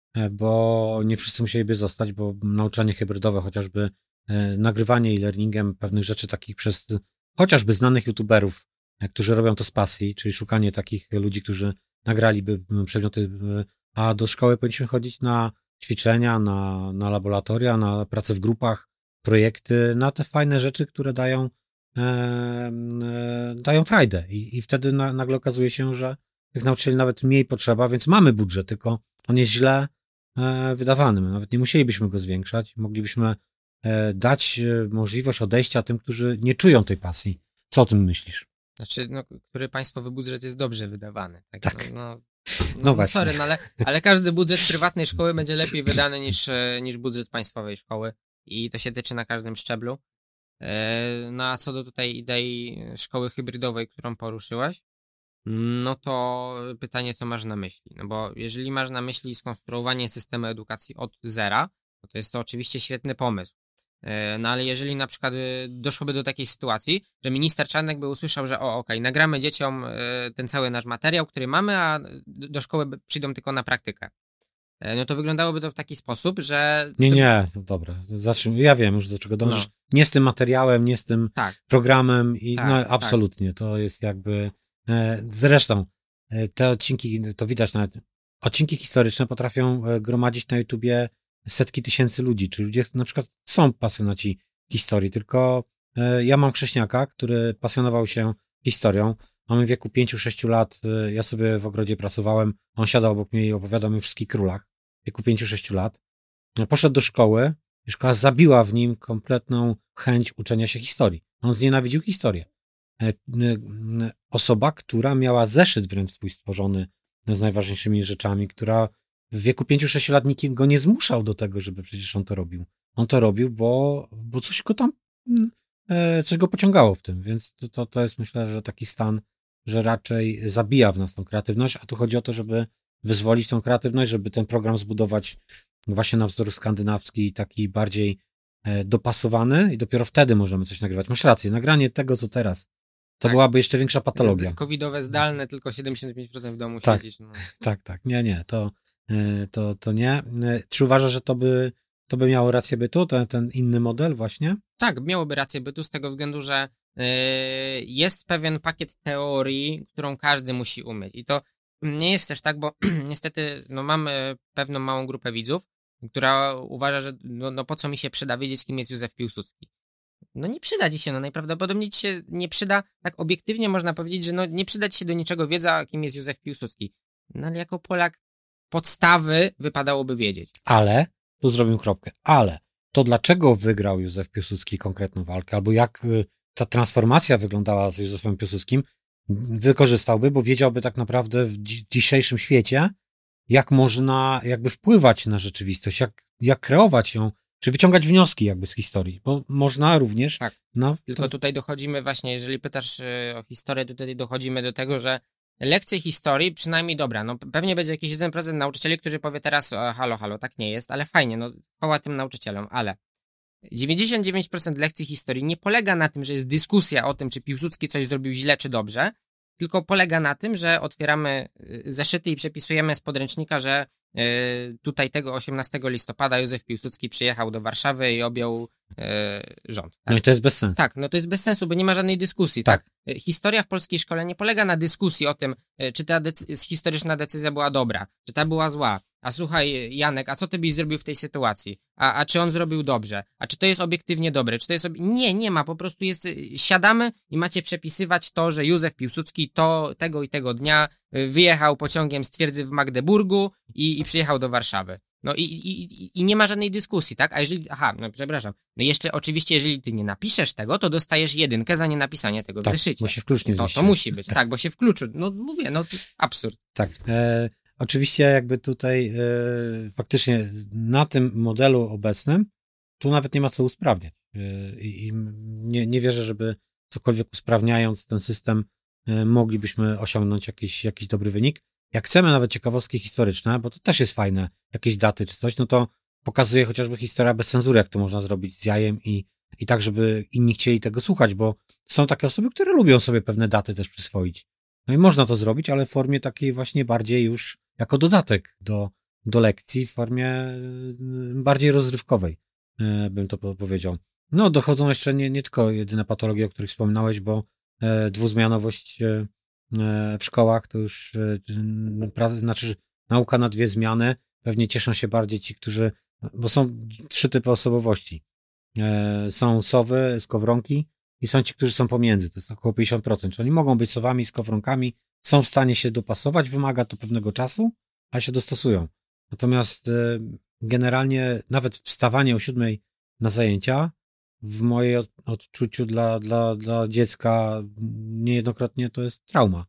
bo nie wszyscy musieliby zostać, bo nauczanie hybrydowe, chociażby e, nagrywanie e-learningiem pewnych rzeczy takich przez chociażby znanych youtuberów, e, którzy robią to z pasji, czyli szukanie takich ludzi, którzy nagraliby przedmioty, e, a do szkoły powinniśmy chodzić na ćwiczenia, na, na laboratoria, na pracę w grupach, projekty, na te fajne rzeczy, które dają, e, e, dają frajdę. I, i wtedy na, nagle okazuje się, że tych nauczycieli nawet mniej potrzeba, więc mamy budżet, tylko on jest źle e, wydawany. My nawet nie musielibyśmy go zwiększać. Moglibyśmy e, dać e, możliwość odejścia tym, którzy nie czują tej pasji. Co o tym myślisz? Znaczy, no, który państwowy budżet jest dobrze wydawany. Tak. Tak. No, no, No no, właśnie. sorry, no ale, ale każdy budżet prywatnej szkoły będzie lepiej wydany niż, e, niż budżet państwowej szkoły i to się tyczy na każdym szczeblu. E, No a co do tutaj idei szkoły hybrydowej, którą poruszyłaś, no to pytanie, co masz na myśli? No bo jeżeli masz na myśli skonstruowanie systemu edukacji od zera, no to jest to oczywiście świetny pomysł. E, No ale jeżeli na przykład e, doszłoby do takiej sytuacji, że minister Czarnek by usłyszał, że o, okej, nagramy dzieciom e, ten cały nasz materiał, który mamy, a do do szkoły by- przyjdą tylko na praktykę. E, No to wyglądałoby to w taki sposób, że... Nie, to- nie, to dobra. Zacznij. Ja wiem już, do czego dążysz. No. Nie z tym materiałem, nie z tym Tak, programem i Tak, no tak. absolutnie. To jest jakby... E, zresztą e, te odcinki, to widać nawet, odcinki historyczne potrafią e, gromadzić na YouTubie setki tysięcy ludzi, czy ludzie na przykład są pasjonaci historii, tylko e, ja mam chrześniaka, który pasjonował się historią. Mamy w wieku pięciu sześciu lat, e, ja sobie w ogrodzie pracowałem, on siadał obok mnie i opowiadał mi o wszystkich królach. W wieku pięciu sześciu lat. Poszedł do szkoły i szkoła zabiła w nim kompletną chęć uczenia się historii. On znienawidził historię. E, e, e, Osoba, która miała zeszyt wręcz swój stworzony z najważniejszymi rzeczami, która w wieku pięciu sześciu lat nikt go nie zmuszał do tego, żeby przecież on to robił. On to robił, bo, bo coś go tam, mm, e, coś go pociągało w tym, więc to, to, to jest myślę, że taki stan, że raczej zabija w nas tą kreatywność, a tu chodzi o to, żeby wyzwolić tą kreatywność, żeby ten program zbudować właśnie na wzór skandynawski, taki bardziej e, dopasowany i dopiero wtedy możemy coś nagrywać. Masz rację, nagranie tego, co teraz, to Tak. byłaby jeszcze większa patologia. zd- covidowe zdalne, tylko siedemdziesiąt pięć procent w domu Tak. siedzieć. No. Tak, tak, nie, nie, to, e, to, to nie. E, Czy uważasz, że to by, to by miało rację bytu, ten, ten inny model właśnie? Tak, miałoby rację bytu z tego względu, że yy, jest pewien pakiet teorii, którą każdy musi umieć. I to nie jest też tak, bo niestety no, mamy pewną małą grupę widzów, która uważa, że no, no po co mi się przyda wiedzieć, kim jest Józef Piłsudski. No nie przyda ci się, no najprawdopodobniej ci się nie przyda, tak obiektywnie można powiedzieć, że no nie przyda ci się do niczego wiedza, kim jest Józef Piłsudski. No ale jako Polak podstawy wypadałoby wiedzieć. Ale, tu zrobię kropkę, ale to dlaczego wygrał Józef Piłsudski konkretną walkę, albo jak y, ta transformacja wyglądała z Józefem Piłsudskim, wykorzystałby, bo wiedziałby tak naprawdę w dzi- dzisiejszym świecie, jak można jakby wpływać na rzeczywistość, jak, jak kreować ją, czy wyciągać wnioski jakby z historii, bo można również... Tak. No, Tylko to, tutaj dochodzimy właśnie, jeżeli pytasz y, o historię, to tutaj dochodzimy do tego, że lekcje historii, przynajmniej dobra, no pewnie będzie jakiś jeden procent nauczycieli, którzy powie teraz, o, halo, halo, tak nie jest, ale fajnie, no chwała tym nauczycielom, ale dziewięćdziesiąt dziewięć procent lekcji historii nie polega na tym, że jest dyskusja o tym, czy Piłsudski coś zrobił źle czy dobrze, tylko polega na tym, że otwieramy y, zeszyty i przepisujemy z podręcznika, że y, tutaj tego osiemnastego listopada Józef Piłsudski przyjechał do Warszawy i objął y, rząd. no i to jest bez sensu. Tak, no to jest bez sensu, bo nie ma żadnej dyskusji. Tak. Tak? Historia w polskiej szkole nie polega na dyskusji o tym, e, czy ta decy- historyczna decyzja była dobra, czy ta była zła. A słuchaj, Janek, a co ty byś zrobił w tej sytuacji? A, a czy on zrobił dobrze? A czy to jest obiektywnie dobre? Czy to jest ob... Nie, nie ma, po prostu jest, y, siadamy i macie przepisywać to, że Józef Piłsudski to tego i tego dnia y, wyjechał pociągiem z twierdzy w Magdeburgu i, i przyjechał do Warszawy. No i, i, i- i nie ma żadnej dyskusji, tak? A jeżeli, aha, no przepraszam, no jeszcze oczywiście, jeżeli ty nie napiszesz tego, to dostajesz jedynkę za nienapisanie tego w Tak, zeszycie. bo się w klucz nie To, zmieści. to musi być, tak, bo się w kluczu, no mówię, no to jest absurd. Tak. E, oczywiście jakby tutaj e, faktycznie na tym modelu obecnym tu nawet nie ma co usprawniać. E, I i nie, nie wierzę, żeby cokolwiek usprawniając ten system e, moglibyśmy osiągnąć jakiś, jakiś dobry wynik. Jak chcemy nawet ciekawostki historyczne, bo to też jest fajne, jakieś daty czy coś, no to pokazuje chociażby historia bez cenzury, jak to można zrobić z jajem i, i tak, żeby inni chcieli tego słuchać, bo są takie osoby, które lubią sobie pewne daty też przyswoić. No i można to zrobić, ale w formie takiej właśnie bardziej już jako dodatek do, do lekcji, w formie y, bardziej rozrywkowej, y, bym to po- powiedział. No, dochodzą jeszcze nie, nie tylko jedyne patologie, o których wspominałeś, bo e, dwuzmianowość e, e, w szkołach to już, e, pra, znaczy nauka na dwie zmiany, pewnie cieszą się bardziej ci, którzy, bo są trzy typy osobowości. E, są sowy, skowronki i są ci, którzy są pomiędzy, to jest około pięćdziesiąt procent, czyli oni mogą być sowami, skowronkami, są w stanie się dopasować, wymaga to pewnego czasu, a się dostosują. Natomiast e, generalnie nawet wstawanie o siódmej na zajęcia w mojej od, odczuciu dla, dla, dla dziecka niejednokrotnie to jest trauma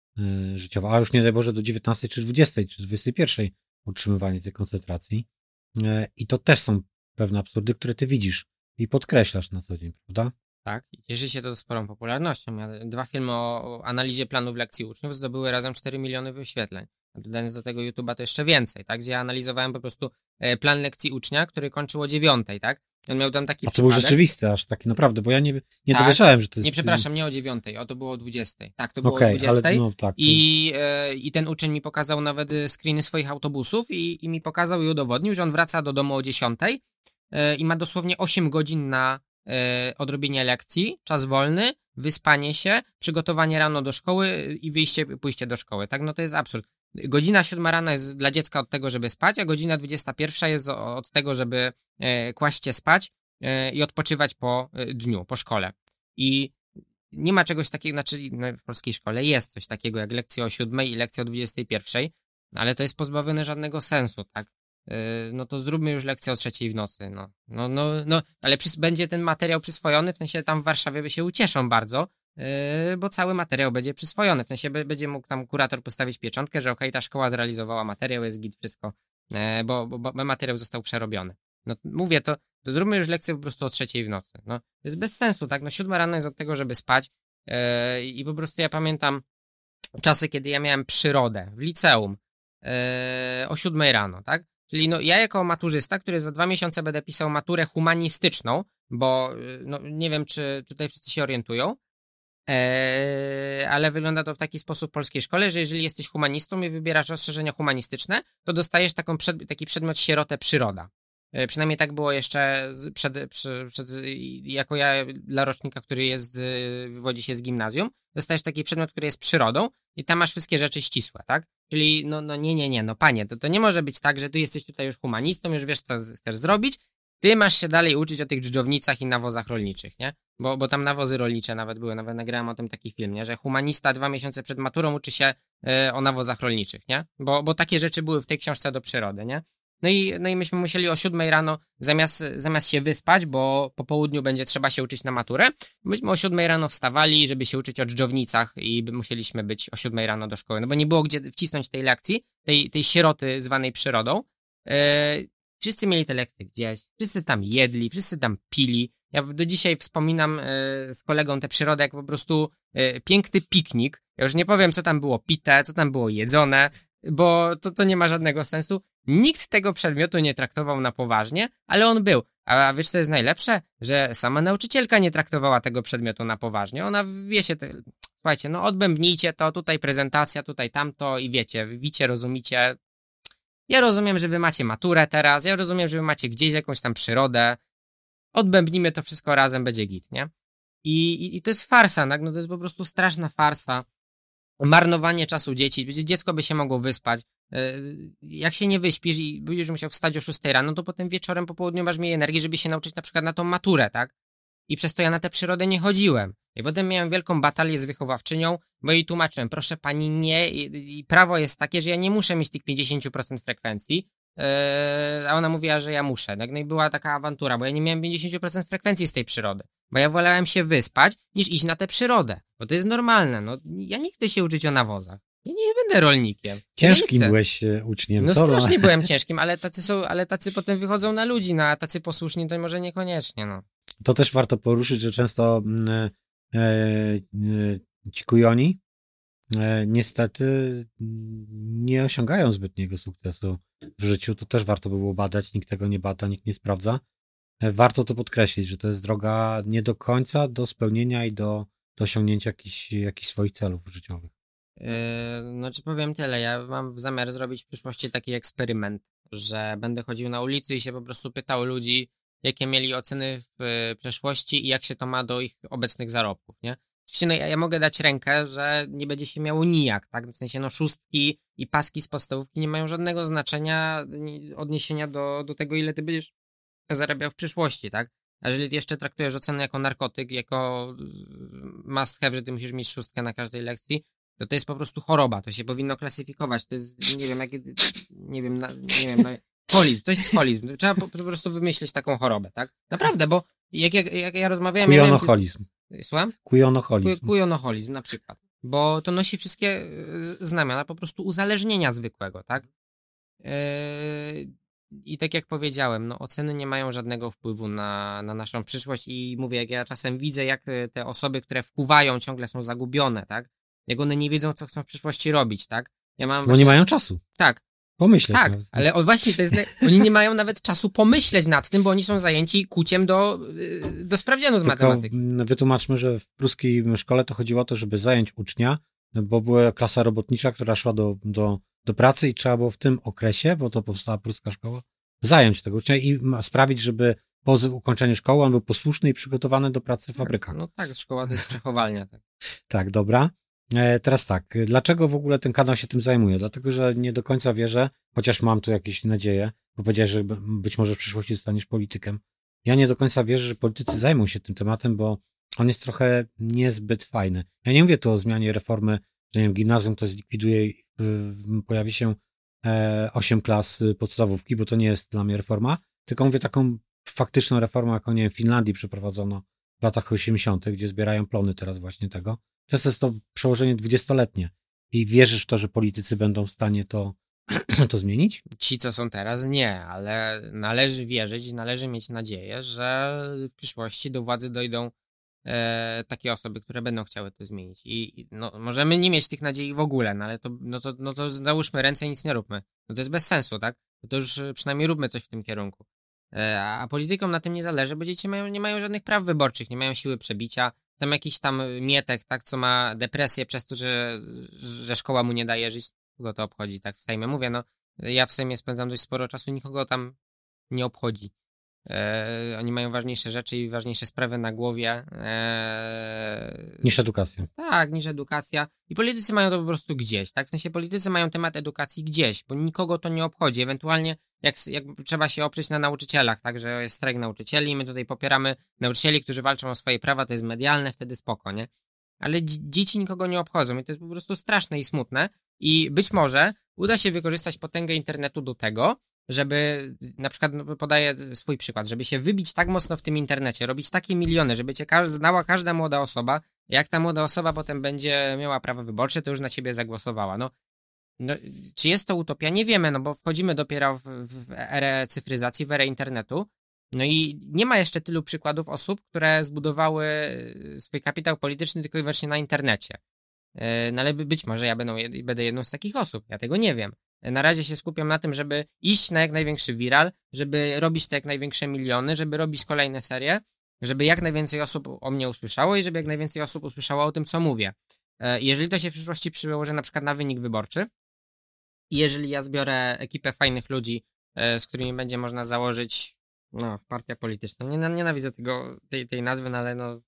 y, życiowa, a już nie daj Boże do dziewiętnastej, czy dwudziestej, czy dwudziestej pierwszej utrzymywanie tej koncentracji. Y, I to też są pewne absurdy, które ty widzisz i podkreślasz na co dzień, prawda? Tak, i cieszy się to sporą popularnością. Dwa filmy o analizie planów lekcji uczniów zdobyły razem cztery miliony wyświetleń. Dodając do tego YouTube'a to jeszcze więcej, tak? Gdzie ja analizowałem po prostu plan lekcji ucznia, który kończył o dziewiątej, tak? On miał tam taki A to był przypadek. rzeczywisty, aż taki naprawdę, bo ja nie, nie tak, dowierzałem, że to jest... Nie, przepraszam, nie o dziewiątej, o to było o dwudziestej. Tak, to było okay, o dwudziestej. Ale, no, tak, to... I, e, I ten uczeń mi pokazał nawet screeny swoich autobusów i, i mi pokazał i udowodnił, że on wraca do domu o dziesiątej e, i ma dosłownie osiem godzin na e, odrobienie lekcji, czas wolny, wyspanie się, przygotowanie rano do szkoły i wyjście, pójście do szkoły. Tak, no to jest absurd. Godzina siódma rano jest dla dziecka od tego, żeby spać, a godzina dwudziesta pierwsza jest od tego, żeby e, kłaść się spać e, i odpoczywać po e, dniu, po szkole. I nie ma czegoś takiego, znaczy no, w polskiej szkole jest coś takiego jak lekcja o siódmej i lekcja o dwudziestej pierwszej, ale to jest pozbawione żadnego sensu, tak? E, no to zróbmy już lekcję o trzeciej w nocy, no. No, no, no ale przys- będzie ten materiał przyswojony, w sensie tam w Warszawie by się ucieszą bardzo, Yy, bo cały materiał będzie przyswojony, w sensie będzie mógł tam kurator postawić pieczątkę, że okej, okay, ta szkoła zrealizowała materiał, jest git, wszystko, yy, bo, bo, bo materiał został przerobiony. No mówię, to, to zróbmy już lekcję po prostu o trzeciej w nocy. No, to jest bez sensu, tak? No siódma rano jest od tego, żeby spać yy, i po prostu ja pamiętam czasy, kiedy ja miałem przyrodę w liceum yy, o siódmej rano, tak? Czyli no ja jako maturzysta, który za dwa miesiące będę pisał maturę humanistyczną, bo yy, no nie wiem, czy tutaj wszyscy się orientują, Eee, ale wygląda to w taki sposób w polskiej szkole, że jeżeli jesteś humanistą i wybierasz rozszerzenia humanistyczne, to dostajesz taką przed, taki przedmiot sierotę przyroda. Eee, przynajmniej tak było jeszcze przed, przed, przed, jako ja dla rocznika, który jest, wywodzi się z gimnazjum, dostajesz taki przedmiot, który jest przyrodą i tam masz wszystkie rzeczy ścisłe, tak? Czyli no, no nie, nie, nie, no panie, to, to nie może być tak, że ty jesteś tutaj już humanistą, już wiesz, co chcesz zrobić, ty masz się dalej uczyć o tych dżdżownicach i nawozach rolniczych, nie? Bo, bo tam nawozy rolnicze nawet były, nawet nagrałem o tym taki film, nie? Że humanista dwa miesiące przed maturą uczy się y, o nawozach rolniczych, nie? Bo, bo takie rzeczy były w tej książce do przyrody, nie? No i, no i myśmy musieli o siódmej rano, zamiast, zamiast się wyspać, bo po południu będzie trzeba się uczyć na maturę, myśmy o siódmej rano wstawali, żeby się uczyć o dżdżownicach i musieliśmy być o siódmej rano do szkoły, no bo nie było gdzie wcisnąć tej lekcji, tej, tej sieroty zwanej przyrodą. Yy, wszyscy mieli te lekcje gdzieś, wszyscy tam jedli, wszyscy tam pili. Ja do dzisiaj wspominam yy, z kolegą tę przyrodę jak po prostu yy, piękny piknik. Ja już nie powiem, co tam było pite, co tam było jedzone, bo to, to nie ma żadnego sensu. Nikt tego przedmiotu nie traktował na poważnie, ale on był. A wiesz, co jest najlepsze? Że sama nauczycielka nie traktowała tego przedmiotu na poważnie. Ona, wiecie, te, słuchajcie, no odbębnijcie to, tutaj prezentacja, tutaj tamto i wiecie, wicie, rozumicie. Ja rozumiem, że wy macie maturę teraz, ja rozumiem, że wy macie gdzieś jakąś tam przyrodę. Odbębnimy to wszystko razem, będzie git, nie? I, i, i to jest farsa, tak? No to jest po prostu straszna farsa. Marnowanie czasu dzieci, dziecko by się mogło wyspać. Jak się nie wyśpisz i będziesz musiał wstać o szóstej rano, to potem wieczorem, po południu masz mniej energii, żeby się nauczyć na przykład na tą maturę, tak? I przez to ja na tę przyrodę nie chodziłem. I potem miałem wielką batalię z wychowawczynią, bo jej tłumaczyłem, proszę pani, nie, i, i prawo jest takie, że ja nie muszę mieć tych pięćdziesiąt procent frekwencji, yy, a ona mówiła, że ja muszę. Tak? No i była taka awantura, bo ja nie miałem pięćdziesiąt procent frekwencji z tej przyrody, bo ja wolałem się wyspać, niż iść na tę przyrodę, bo to jest normalne, no, ja nie chcę się uczyć o nawozach. Ja nie będę rolnikiem. Ciężkim ja byłeś uczniem, No co? strasznie byłem ciężkim, ale tacy są, ale tacy potem wychodzą na ludzi, no a tacy posłuszni to może niekoniecznie, no. To też warto poruszyć, że często e, e, ci kujoni e, niestety nie osiągają zbytniego sukcesu w życiu. To też warto by było badać, nikt tego nie bada, nikt nie sprawdza. E, warto to podkreślić, że to jest droga nie do końca do spełnienia i do, do osiągnięcia jakichś, jakichś swoich celów życiowych. Yy, no czy powiem tyle, ja mam zamiar zrobić w przyszłości taki eksperyment, że będę chodził na ulicy i się po prostu pytał ludzi, jakie mieli oceny w przeszłości i jak się to ma do ich obecnych zarobków, nie? Oczywiście no ja, ja mogę dać rękę, że nie będzie się miało nijak, tak? W sensie no szóstki i paski z podstawówki nie mają żadnego znaczenia, odniesienia do, do tego, ile ty będziesz zarabiał w przyszłości, tak? A jeżeli jeszcze traktujesz ocenę jako narkotyk, jako must have, że ty musisz mieć szóstkę na każdej lekcji, to to jest po prostu choroba, to się powinno klasyfikować, to jest, nie wiem, jakie, nie wiem, na, nie wiem, no, holizm, to jest holizm, trzeba po, po prostu wymyślić taką chorobę, tak? Naprawdę, bo jak, jak, jak ja rozmawiałem... Kujonoholizm. Ja Słucham? Kujonoholizm. Kujonoholizm na przykład, bo to nosi wszystkie znamiona po prostu uzależnienia zwykłego, tak? Yy, I tak jak powiedziałem, no oceny nie mają żadnego wpływu na, na naszą przyszłość i mówię, jak ja czasem widzę, jak te osoby, które wpływają, ciągle są zagubione, tak? Jak one nie wiedzą, co chcą w przyszłości robić, tak? Ja mam Bo właśnie... nie mają czasu. Tak. Pomyśleć. Tak, nawet. ale o, właśnie to jest... Oni nie mają nawet czasu pomyśleć nad tym, bo oni są zajęci kuciem do, do sprawdzianu z Tylko matematyki. wytłumaczmy, że w pruskiej szkole to chodziło o to, żeby zająć ucznia, bo była klasa robotnicza, która szła do, do, do pracy i trzeba było w tym okresie, bo to powstała pruska szkoła, zająć tego ucznia i sprawić, żeby po ukończeniu szkoły on był posłuszny i przygotowany do pracy w fabrykach. No tak, szkoła to jest przechowalnia. Tak, tak dobra. E, teraz tak, dlaczego w ogóle ten kanał się tym zajmuje? Dlatego, że nie do końca wierzę, chociaż mam tu jakieś nadzieje, bo powiedziałeś, że być może w przyszłości zostaniesz politykiem. Ja nie do końca wierzę, że politycy zajmą się tym tematem, bo on jest trochę niezbyt fajny. Ja nie mówię tu o zmianie reformy, że nie wiem, gimnazjum to zlikwiduje i pojawi się osiem klas podstawówki, bo to nie jest dla mnie reforma, tylko mówię taką faktyczną reformę, jaką, nie wiem, w Finlandii przeprowadzono w latach osiemdziesiątych, gdzie zbierają plony teraz właśnie tego. Często jest to przełożenie dwudziestoletnie i wierzysz w to, że politycy będą w stanie to, to zmienić? Ci, co są teraz, nie, ale należy wierzyć i należy mieć nadzieję, że w przyszłości do władzy dojdą e, takie osoby, które będą chciały to zmienić. I, i no, możemy nie mieć tych nadziei w ogóle, no ale to, no to, no to załóżmy ręce i nic nie róbmy. No to jest bez sensu, tak? No to już przynajmniej róbmy coś w tym kierunku. E, a politykom na tym nie zależy, bo dzieci mają, nie mają żadnych praw wyborczych, nie mają siły przebicia. Tam jakiś tam Mietek, tak, co ma depresję przez to, że, że szkoła mu nie daje żyć, kogo to obchodzi, tak, w Sejmie. Mówię, no, ja w Sejmie spędzam dość sporo czasu, nikogo tam nie obchodzi. E, oni mają ważniejsze rzeczy i ważniejsze sprawy na głowie. E, niż edukacja. Tak, niż edukacja. I politycy mają to po prostu gdzieś, tak, w sensie politycy mają temat edukacji gdzieś, bo nikogo to nie obchodzi. Ewentualnie jak, jak trzeba się oprzeć na nauczycielach, tak, że jest strajk nauczycieli, my tutaj popieramy nauczycieli, którzy walczą o swoje prawa, to jest medialne, wtedy spoko, nie? Ale dzi- dzieci nikogo nie obchodzą i to jest po prostu straszne i smutne i być może uda się wykorzystać potęgę internetu do tego, żeby, na przykład no, podaję swój przykład, żeby się wybić tak mocno w tym internecie, robić takie miliony, żeby cię ka- znała każda młoda osoba, jak ta młoda osoba potem będzie miała prawo wyborcze, to już na ciebie zagłosowała, no. No, czy jest to utopia? Nie wiemy, no bo wchodzimy dopiero w, w erę cyfryzacji, w erę internetu, no i nie ma jeszcze tylu przykładów osób, które zbudowały swój kapitał polityczny tylko i wyłącznie na internecie. No ale być może ja będę, będę jedną z takich osób, ja tego nie wiem. Na razie się skupiam na tym, żeby iść na jak największy viral, żeby robić te jak największe miliony, żeby robić kolejne serie, żeby jak najwięcej osób o mnie usłyszało i żeby jak najwięcej osób usłyszało o tym, co mówię. Jeżeli to się w przyszłości przełoży na przykład na wynik wyborczy, i jeżeli ja zbiorę ekipę fajnych ludzi, e, z którymi będzie można założyć, no, partia polityczna. Nie, nienawidzę tego, tej, tej nazwy, no ale no,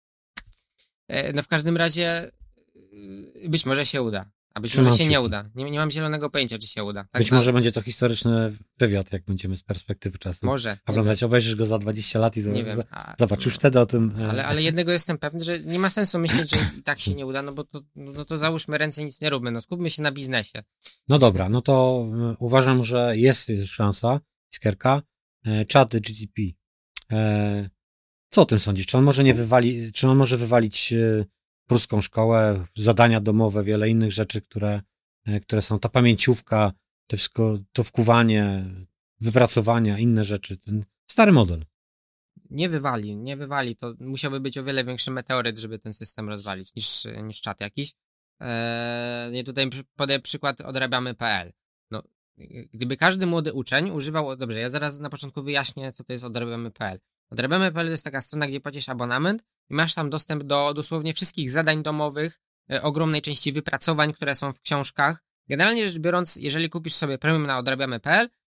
e, no w każdym razie e, być może się uda, a być Trzymam może się kciuki. nie uda. Nie, nie mam zielonego pojęcia, czy się uda. Tak Być na- może będzie to historyczny wywiad, jak będziemy z perspektywy czasu Może. oglądać. Obejrzysz go za dwadzieścia lat i Nie, nie wiem. z- A, zobaczysz no. wtedy o tym. e, Ale, ale jednego jestem pewny, że nie ma sensu myśleć, że i tak się nie uda, no bo to, no to załóżmy ręce i nic nie róbmy, no skupmy się na biznesie. No dobra, no to e, uważam, że jest szansa, Iskierka. E, Chat G T P. E, co o tym sądzisz? Czy on może nie wywali, czy on może wywalić e, pruską szkołę, zadania domowe, wiele innych rzeczy, które, e, które są, ta pamięciówka, to wszystko, to wkuwanie, wypracowania, inne rzeczy, ten stary model. Nie wywali, nie wywali. To musiałby być o wiele większy meteoryt, żeby ten system rozwalić, niż, niż czat jakiś. Eee, ja tutaj przy- podaję przykład odrabiamy kropka p l. No, gdyby każdy młody uczeń używał... Dobrze, ja zaraz na początku wyjaśnię, co to jest odrabiamy kropka p l. odrabiamy kropka p l to jest taka strona, gdzie płacisz abonament i masz tam dostęp do dosłownie wszystkich zadań domowych, e, ogromnej części wypracowań, które są w książkach. Generalnie rzecz biorąc, jeżeli kupisz sobie premium na odrabiamy kropka p l,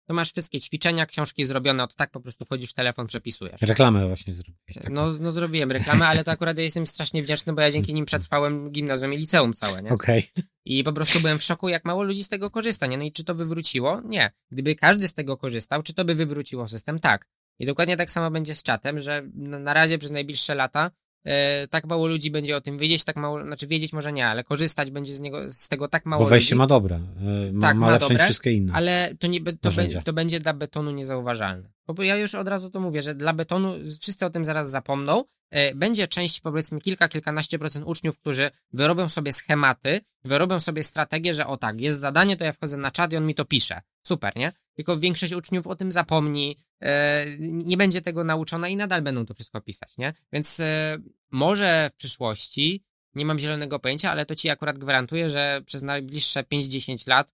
to masz wszystkie ćwiczenia, książki zrobione od tak, po prostu wchodzisz w telefon, przepisujesz. Reklamę właśnie zrobiłeś. Tak. No, no zrobiłem reklamę, ale to akurat ja jestem strasznie wdzięczny, bo ja dzięki nim przetrwałem gimnazjum i liceum całe, nie? Okej. Okay. I po prostu byłem w szoku, jak mało ludzi z tego korzysta, nie? No i czy to wywróciło? Nie. Gdyby każdy z tego korzystał, czy to by wywróciło system? Tak. I dokładnie tak samo będzie z czatem, że na razie przez najbliższe lata e, tak mało ludzi będzie o tym wiedzieć, tak mało, znaczy wiedzieć może nie, ale korzystać będzie z niego, z tego tak mało ludzi. Bo wejście ludzi. ma dobre, ma, tak, ma, ma lepsze dobre, niż wszystkie inne. Ale to, nie, to, be, to będzie dla betonu niezauważalne. Bo ja już od razu to mówię, że dla betonu wszyscy o tym zaraz zapomną. E, będzie część, powiedzmy, kilka, kilkanaście procent uczniów, którzy wyrobią sobie schematy, wyrobią sobie strategię, że o tak, jest zadanie, to ja wchodzę na czat i on mi to pisze. Super, nie? Tylko większość uczniów o tym zapomni, e, nie będzie tego nauczona i nadal będą to wszystko pisać, nie? Więc e, może w przyszłości, nie mam zielonego pojęcia, ale to ci akurat gwarantuję, że przez najbliższe pięć do dziesięciu lat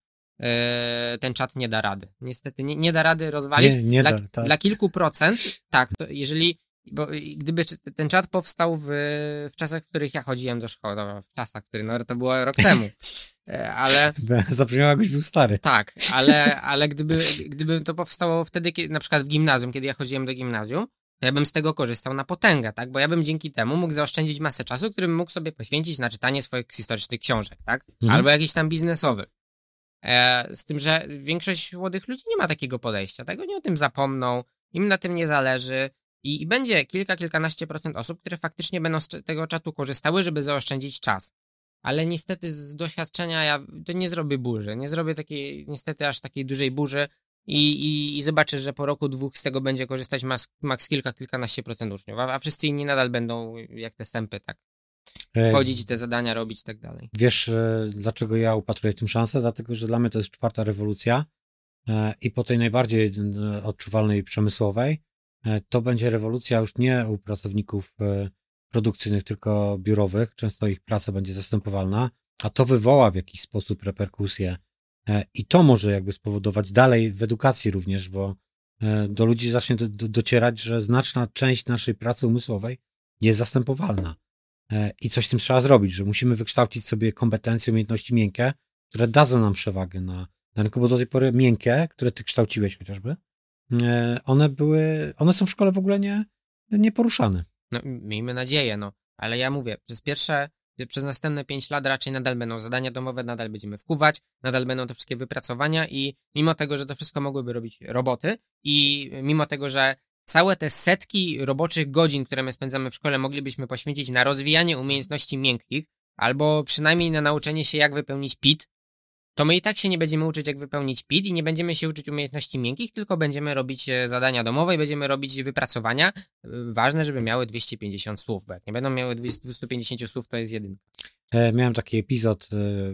e, ten czat nie da rady. Niestety nie, nie da rady rozwalić. Nie, nie dla, da, tak. dla kilku procent, tak, to jeżeli, bo gdyby ten czat powstał w, w czasach, w których ja chodziłem do szkoły, no, w czasach, który, no to było rok temu, ale... Zabrzmiało, jakbyś był stary. Tak, ale, ale gdyby, gdyby to powstało wtedy, kiedy, na przykład w gimnazjum, kiedy ja chodziłem do gimnazjum, to ja bym z tego korzystał na potęgę, tak? Bo ja bym dzięki temu mógł zaoszczędzić masę czasu, który bym mógł sobie poświęcić na czytanie swoich historycznych książek, tak? Mhm. Albo jakiś tam biznesowy. E, z tym, że większość młodych ludzi nie ma takiego podejścia, tak? Oni o tym zapomną, im na tym nie zależy i, i będzie kilka, kilkanaście procent osób, które faktycznie będą z tego czatu korzystały, żeby zaoszczędzić czas. Ale niestety z doświadczenia ja to nie zrobię burzy, nie zrobię takiej, niestety aż takiej dużej burzy i, i, i zobaczysz, że po roku, dwóch z tego będzie korzystać maks, maks kilka, kilkanaście procent uczniów, a, a wszyscy inni nadal będą jak te sępy, tak, wchodzić, te zadania robić i tak dalej. Wiesz, dlaczego ja upatruję w tym szansę? Dlatego, że dla mnie to jest czwarta rewolucja i po tej najbardziej odczuwalnej przemysłowej to będzie rewolucja już nie u pracowników produkcyjnych, tylko biurowych. Często ich praca będzie zastępowalna, a to wywoła w jakiś sposób reperkusje i to może jakby spowodować dalej w edukacji również, bo do ludzi zacznie do, do, docierać, że znaczna część naszej pracy umysłowej jest zastępowalna i coś z tym trzeba zrobić, że musimy wykształcić sobie kompetencje, umiejętności miękkie, które dadzą nam przewagę na, na rynku, bo do tej pory miękkie, które ty kształciłeś chociażby, one były, one są w szkole w ogóle nie, nie poruszane. No, miejmy nadzieję, no. Ale ja mówię, przez pierwsze, przez następne pięć lat raczej nadal będą zadania domowe, nadal będziemy wkuwać, nadal będą te wszystkie wypracowania i mimo tego, że to wszystko mogłyby robić roboty i mimo tego, że całe te setki roboczych godzin, które my spędzamy w szkole, moglibyśmy poświęcić na rozwijanie umiejętności miękkich albo przynajmniej na nauczenie się, jak wypełnić P I T, to my i tak się nie będziemy uczyć, jak wypełnić P I T i nie będziemy się uczyć umiejętności miękkich, tylko będziemy robić zadania domowe i będziemy robić wypracowania. Ważne, żeby miały dwieście pięćdziesiąt słów, bo jak nie będą miały dwieście pięćdziesiąt słów, to jest jedynka. Miałem taki epizod,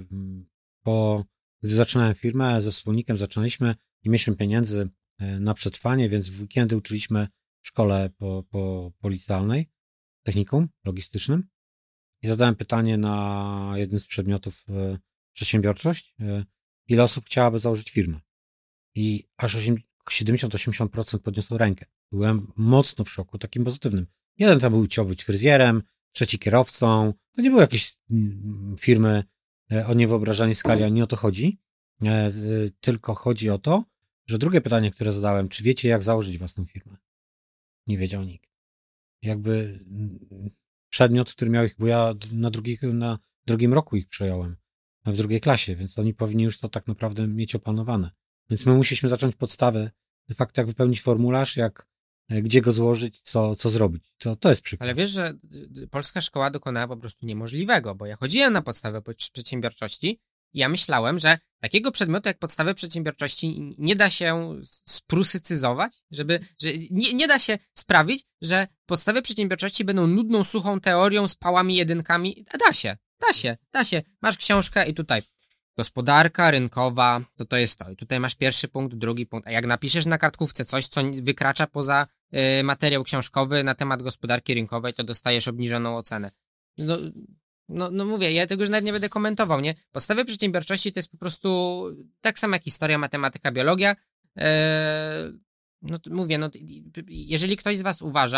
bo gdy zaczynałem firmę, ze wspólnikiem zaczynaliśmy, nie mieliśmy pieniędzy na przetrwanie, więc w weekendy uczyliśmy w szkole po, po, po licealnej, technikum logistycznym i zadałem pytanie na jednym z przedmiotów przedsiębiorczość, ile osób chciałaby założyć firmę. I aż siedemdziesiąt do osiemdziesięciu procent podniosło rękę. Byłem mocno w szoku, takim pozytywnym. Jeden tam był, chciał być fryzjerem, trzeci kierowcą. To nie były jakieś firmy o niewyobrażalnej skali, a nie o to chodzi. Tylko chodzi o to, że drugie pytanie, które zadałem, czy wiecie, jak założyć własną firmę? Nie wiedział nikt. Jakby przedmiot, który miał ich, bo ja na, drugi, na drugim roku ich przejąłem. W drugiej klasie, więc oni powinni już to tak naprawdę mieć opanowane. Więc my musieliśmy zacząć podstawę, de facto jak wypełnić formularz, jak, gdzie go złożyć, co, co zrobić. To, to jest przykład. Ale wiesz, że polska szkoła dokonała po prostu niemożliwego, bo ja chodziłem na podstawę przedsiębiorczości i ja myślałem, że takiego przedmiotu jak podstawę przedsiębiorczości nie da się sprusycyzować, żeby, że nie, nie da się sprawić, że podstawy przedsiębiorczości będą nudną, suchą teorią z pałami jedynkami. Da się. Da się, da się. Masz książkę i tutaj gospodarka rynkowa, to to jest to. I tutaj masz pierwszy punkt, drugi punkt. A jak napiszesz na kartkówce coś, co wykracza poza y, materiał książkowy na temat gospodarki rynkowej, to dostajesz obniżoną ocenę. No, no, no mówię, ja tego już nawet nie będę komentował, nie? Podstawy przedsiębiorczości to jest po prostu tak samo jak historia, matematyka, biologia. Yy, no to mówię, no jeżeli ktoś z was uważa,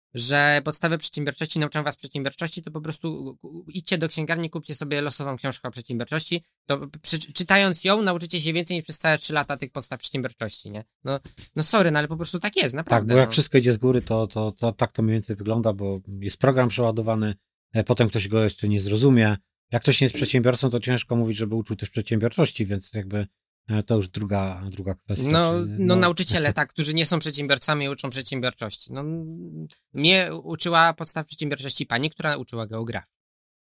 że podstawy przedsiębiorczości nauczam was przedsiębiorczości, to po prostu idźcie do księgarni, kupcie sobie losową książkę o przedsiębiorczości, to przy, czytając ją nauczycie się więcej niż przez całe trzy lata tych podstaw przedsiębiorczości, nie? No, no sorry, no ale po prostu tak jest, naprawdę. Tak, bo jak no. wszystko idzie z góry, to, to, to tak to mniej więcej wygląda, bo jest program przeładowany, potem ktoś go jeszcze nie zrozumie. Jak ktoś nie jest przedsiębiorcą, to ciężko mówić, żeby uczył też przedsiębiorczości, więc jakby to już druga, druga kwestia. No, czy, no, no nauczyciele, tak, którzy nie są przedsiębiorcami, uczą przedsiębiorczości. No, mnie uczyła podstaw przedsiębiorczości pani, która uczyła geografii.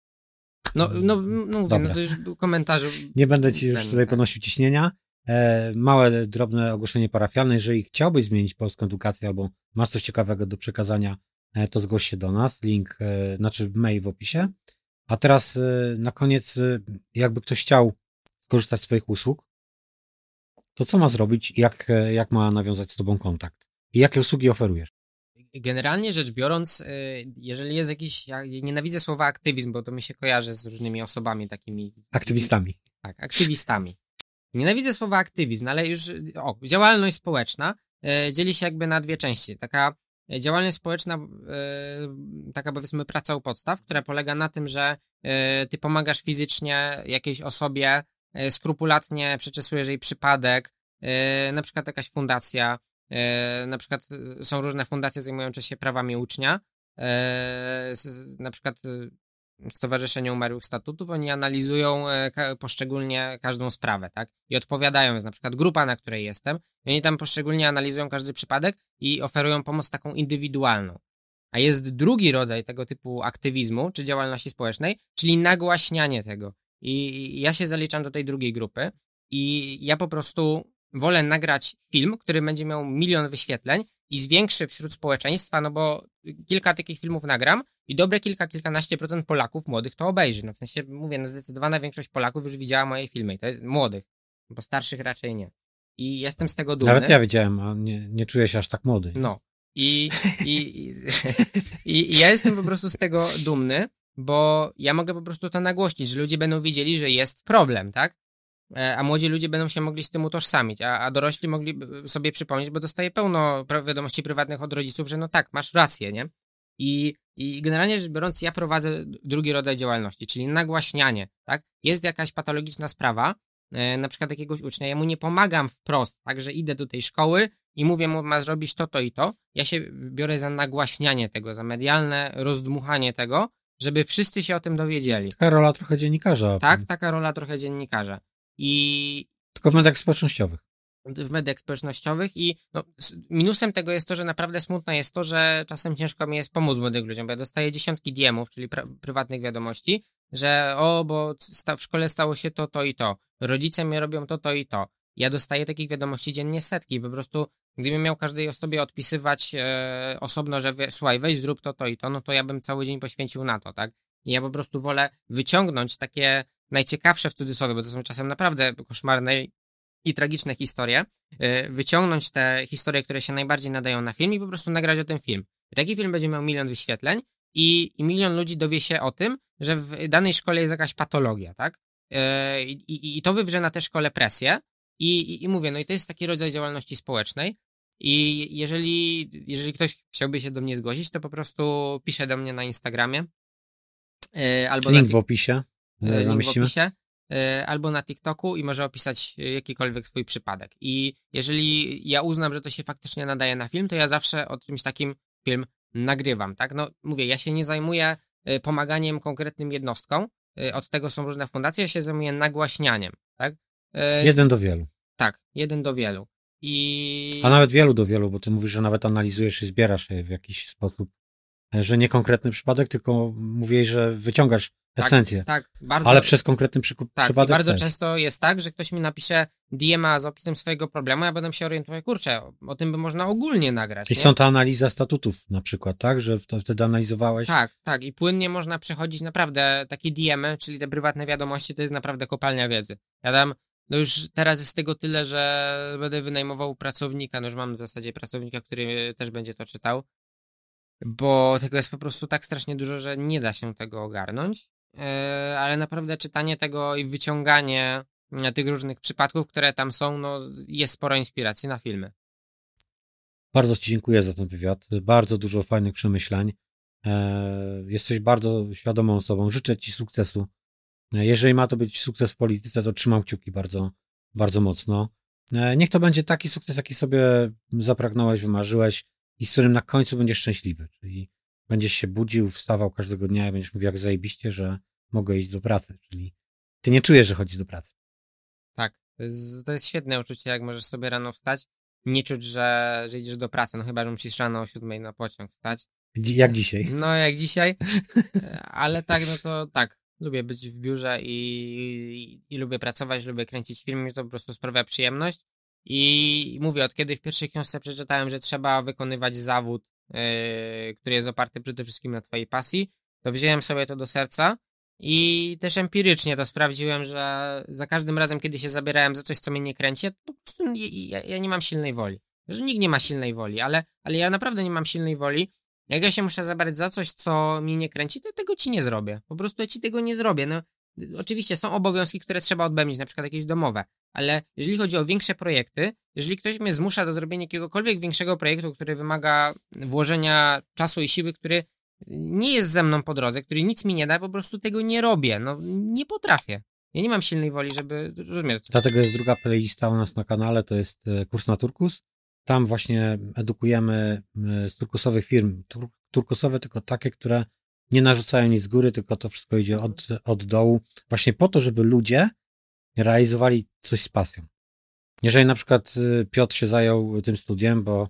No, no, no mówię, no to już był komentarz. Nie będę ci już ten, tutaj tak. ponosił ciśnienia. E, małe, drobne ogłoszenie parafialne. Jeżeli chciałbyś zmienić polską edukację albo masz coś ciekawego do przekazania, e, to zgłoś się do nas. Link, e, znaczy mail w opisie. A teraz e, na koniec, e, jakby ktoś chciał skorzystać z twoich usług, to co ma zrobić i jak, e, jak ma nawiązać z tobą kontakt? I jakie usługi oferujesz? Generalnie rzecz biorąc, jeżeli jest jakiś, ja nienawidzę słowa aktywizm, bo to mi się kojarzy z różnymi osobami takimi. Aktywistami. Tak, aktywistami. Nienawidzę słowa aktywizm, ale już, o, działalność społeczna e, dzieli się jakby na dwie części. Taka działalność społeczna, e, taka powiedzmy praca u podstaw, która polega na tym, że e, ty pomagasz fizycznie jakiejś osobie, e, skrupulatnie przeczesujesz jej przypadek, e, na przykład jakaś fundacja, e, na przykład są różne fundacje zajmujące się prawami ucznia, e, z, na przykład Stowarzyszenie Umarłych Statutów, oni analizują e, ka- poszczególnie każdą sprawę, tak? I odpowiadają, jest na przykład grupa, na której jestem, i oni tam poszczególnie analizują każdy przypadek i oferują pomoc taką indywidualną. A jest drugi rodzaj tego typu aktywizmu, czy działalności społecznej, czyli nagłaśnianie tego. I, i ja się zaliczam do tej drugiej grupy i ja po prostu wolę nagrać film, który będzie miał milion wyświetleń i zwiększy wśród społeczeństwa, no bo kilka takich filmów nagram i dobre kilka, kilkanaście procent Polaków młodych to obejrzy. No w sensie, mówię, no zdecydowana większość Polaków już widziała moje filmy i to jest młodych, bo starszych raczej nie. I jestem z tego dumny. Nawet ja wiedziałem, a nie, nie czuję się aż tak młody. No. I, i, i, i, i ja jestem po prostu z tego dumny, bo ja mogę po prostu to nagłośnić, że ludzie będą wiedzieli, że jest problem, tak? A młodzi ludzie będą się mogli z tym utożsamić, a, a dorośli mogli sobie przypomnieć, bo dostaję pełno wiadomości prywatnych od rodziców, że no tak, masz rację, nie? I, i generalnie rzecz biorąc, ja prowadzę drugi rodzaj działalności, czyli nagłaśnianie, tak? Jest jakaś patologiczna sprawa, e, na przykład jakiegoś ucznia, ja mu nie pomagam wprost, tak, że idę do tej szkoły i mówię mu, ma zrobić to, to i to. Ja się biorę za nagłaśnianie tego, za medialne rozdmuchanie tego, żeby wszyscy się o tym dowiedzieli. Taka rola trochę dziennikarza. Tak, taka rola trochę dziennikarza. I Tylko w mediach społecznościowych. w mediach społecznościowych i no, minusem tego jest to, że naprawdę smutne jest to, że czasem ciężko mi jest pomóc młodym ludziom, bo ja dostaję dziesiątki D M ów, czyli pra- prywatnych wiadomości, że o, bo sta- w szkole stało się to, to i to, rodzice mnie robią to, to i to. Ja dostaję takich wiadomości dziennie setki, po prostu gdybym miał każdej osobie odpisywać e, osobno, że wie, słuchaj, weź zrób to, to i to, no to ja bym cały dzień poświęcił na to, tak? I ja po prostu wolę wyciągnąć takie najciekawsze w cudzysłowie, bo to są czasem naprawdę koszmarne i tragiczne historie, wyciągnąć te historie, które się najbardziej nadają na film i po prostu nagrać o tym film. I taki film będzie miał milion wyświetleń i, i milion ludzi dowie się o tym, że w danej szkole jest jakaś patologia, tak? I, i, i to wywrze na tę szkole presję i, i, i mówię, no i to jest taki rodzaj działalności społecznej i jeżeli, jeżeli ktoś chciałby się do mnie zgłosić, to po prostu pisze do mnie na Instagramie albo Link na, w opisie. link w opisie. Albo na TikToku i może opisać jakikolwiek swój przypadek. I jeżeli ja uznam, że to się faktycznie nadaje na film, to ja zawsze o czymś takim film nagrywam, tak? No mówię, ja się nie zajmuję pomaganiem konkretnym jednostkom, od tego są różne fundacje, ja się zajmuję nagłaśnianiem, tak? Jeden do wielu. Tak, jeden do wielu. I... A nawet wielu do wielu, bo ty mówisz, że nawet analizujesz i zbierasz je w jakiś sposób, że nie konkretny przypadek, tylko mówisz, że wyciągasz esencję. Tak, tak, bardzo. Ale przez konkretny przy, tak, przypadek i bardzo też. często jest tak, że ktoś mi napisze D M a z opisem swojego problemu, ja będę się orientował, kurczę, o, o tym by można ogólnie nagrać. I nie? są to analiza statutów na przykład, tak? Że to wtedy analizowałeś? Tak, tak. I płynnie można przechodzić naprawdę takie D M y, czyli te prywatne wiadomości, to jest naprawdę kopalnia wiedzy. Ja tam, no już teraz jest tego tyle, że będę wynajmował pracownika, no już mam w zasadzie pracownika, który też będzie to czytał, bo tego jest po prostu tak strasznie dużo, że nie da się tego ogarnąć. Ale naprawdę czytanie tego i wyciąganie tych różnych przypadków, które tam są, no jest sporo inspiracji na filmy. Bardzo Ci dziękuję za ten wywiad. Bardzo dużo fajnych przemyśleń. E, jesteś bardzo świadomą osobą. Życzę Ci sukcesu. E, jeżeli ma to być sukces w polityce, to trzymam kciuki bardzo, bardzo mocno. E, niech to będzie taki sukces, jaki sobie zapragnąłeś, wymarzyłeś i z którym na końcu będziesz szczęśliwy. Czyli będziesz się budził, wstawał każdego dnia i będziesz mówił, jak zajebiście, że mogę iść do pracy. Czyli Ty nie czujesz, że chodzisz do pracy. Tak, to jest, to jest świetne uczucie, jak możesz sobie rano wstać, nie czuć, że, że idziesz do pracy, no chyba, że musisz rano o siódmej na pociąg wstać. Dzi- Jak dzisiaj. No, jak dzisiaj, ale tak, no to tak, lubię być w biurze i, i, i lubię pracować, lubię kręcić filmy, to po prostu sprawia przyjemność i mówię, od kiedy w pierwszej książce przeczytałem, że trzeba wykonywać zawód, yy, który jest oparty przede wszystkim na twojej pasji, to wziąłem sobie to do serca. I też empirycznie to sprawdziłem, że za każdym razem, kiedy się zabierałem za coś, co mnie nie kręci, to po prostu ja, ja nie mam silnej woli. Że nikt nie ma silnej woli, ale, ale ja naprawdę nie mam silnej woli. Jak ja się muszę zabrać za coś, co mnie nie kręci, to tego ci nie zrobię. Po prostu ja ci tego nie zrobię. No, oczywiście są obowiązki, które trzeba odbębnić, na przykład jakieś domowe, ale jeżeli chodzi o większe projekty, jeżeli ktoś mnie zmusza do zrobienia jakiegokolwiek większego projektu, który wymaga włożenia czasu i siły, który nie jest ze mną po drodze, który nic mi nie da, po prostu tego nie robię. No, nie potrafię. Ja nie mam silnej woli, żeby... Rozumiesz? Dlatego jest druga playlista u nas na kanale, to jest kurs na Turkus. Tam właśnie edukujemy z turkusowych firm. Tur- turkusowe tylko takie, które nie narzucają nic z góry, tylko to wszystko idzie od, od dołu. Właśnie po to, żeby ludzie realizowali coś z pasją. Jeżeli na przykład Piotr się zajął tym studiem, bo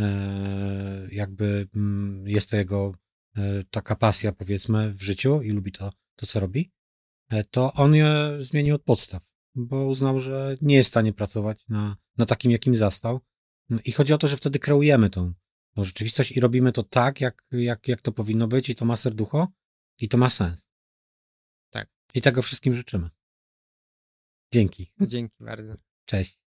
e, jakby m, jest to jego e, taka pasja, powiedzmy, w życiu i lubi to, to co robi, e, to on je zmienił od podstaw, bo uznał, że nie jest w stanie pracować na, na takim, jakim zastał. I chodzi o to, że wtedy kreujemy tą, tą rzeczywistość i robimy to tak, jak, jak, jak to powinno być i to ma serducho i to ma sens. Tak. I tego wszystkim życzymy. Dzięki. Dzięki bardzo. Cześć.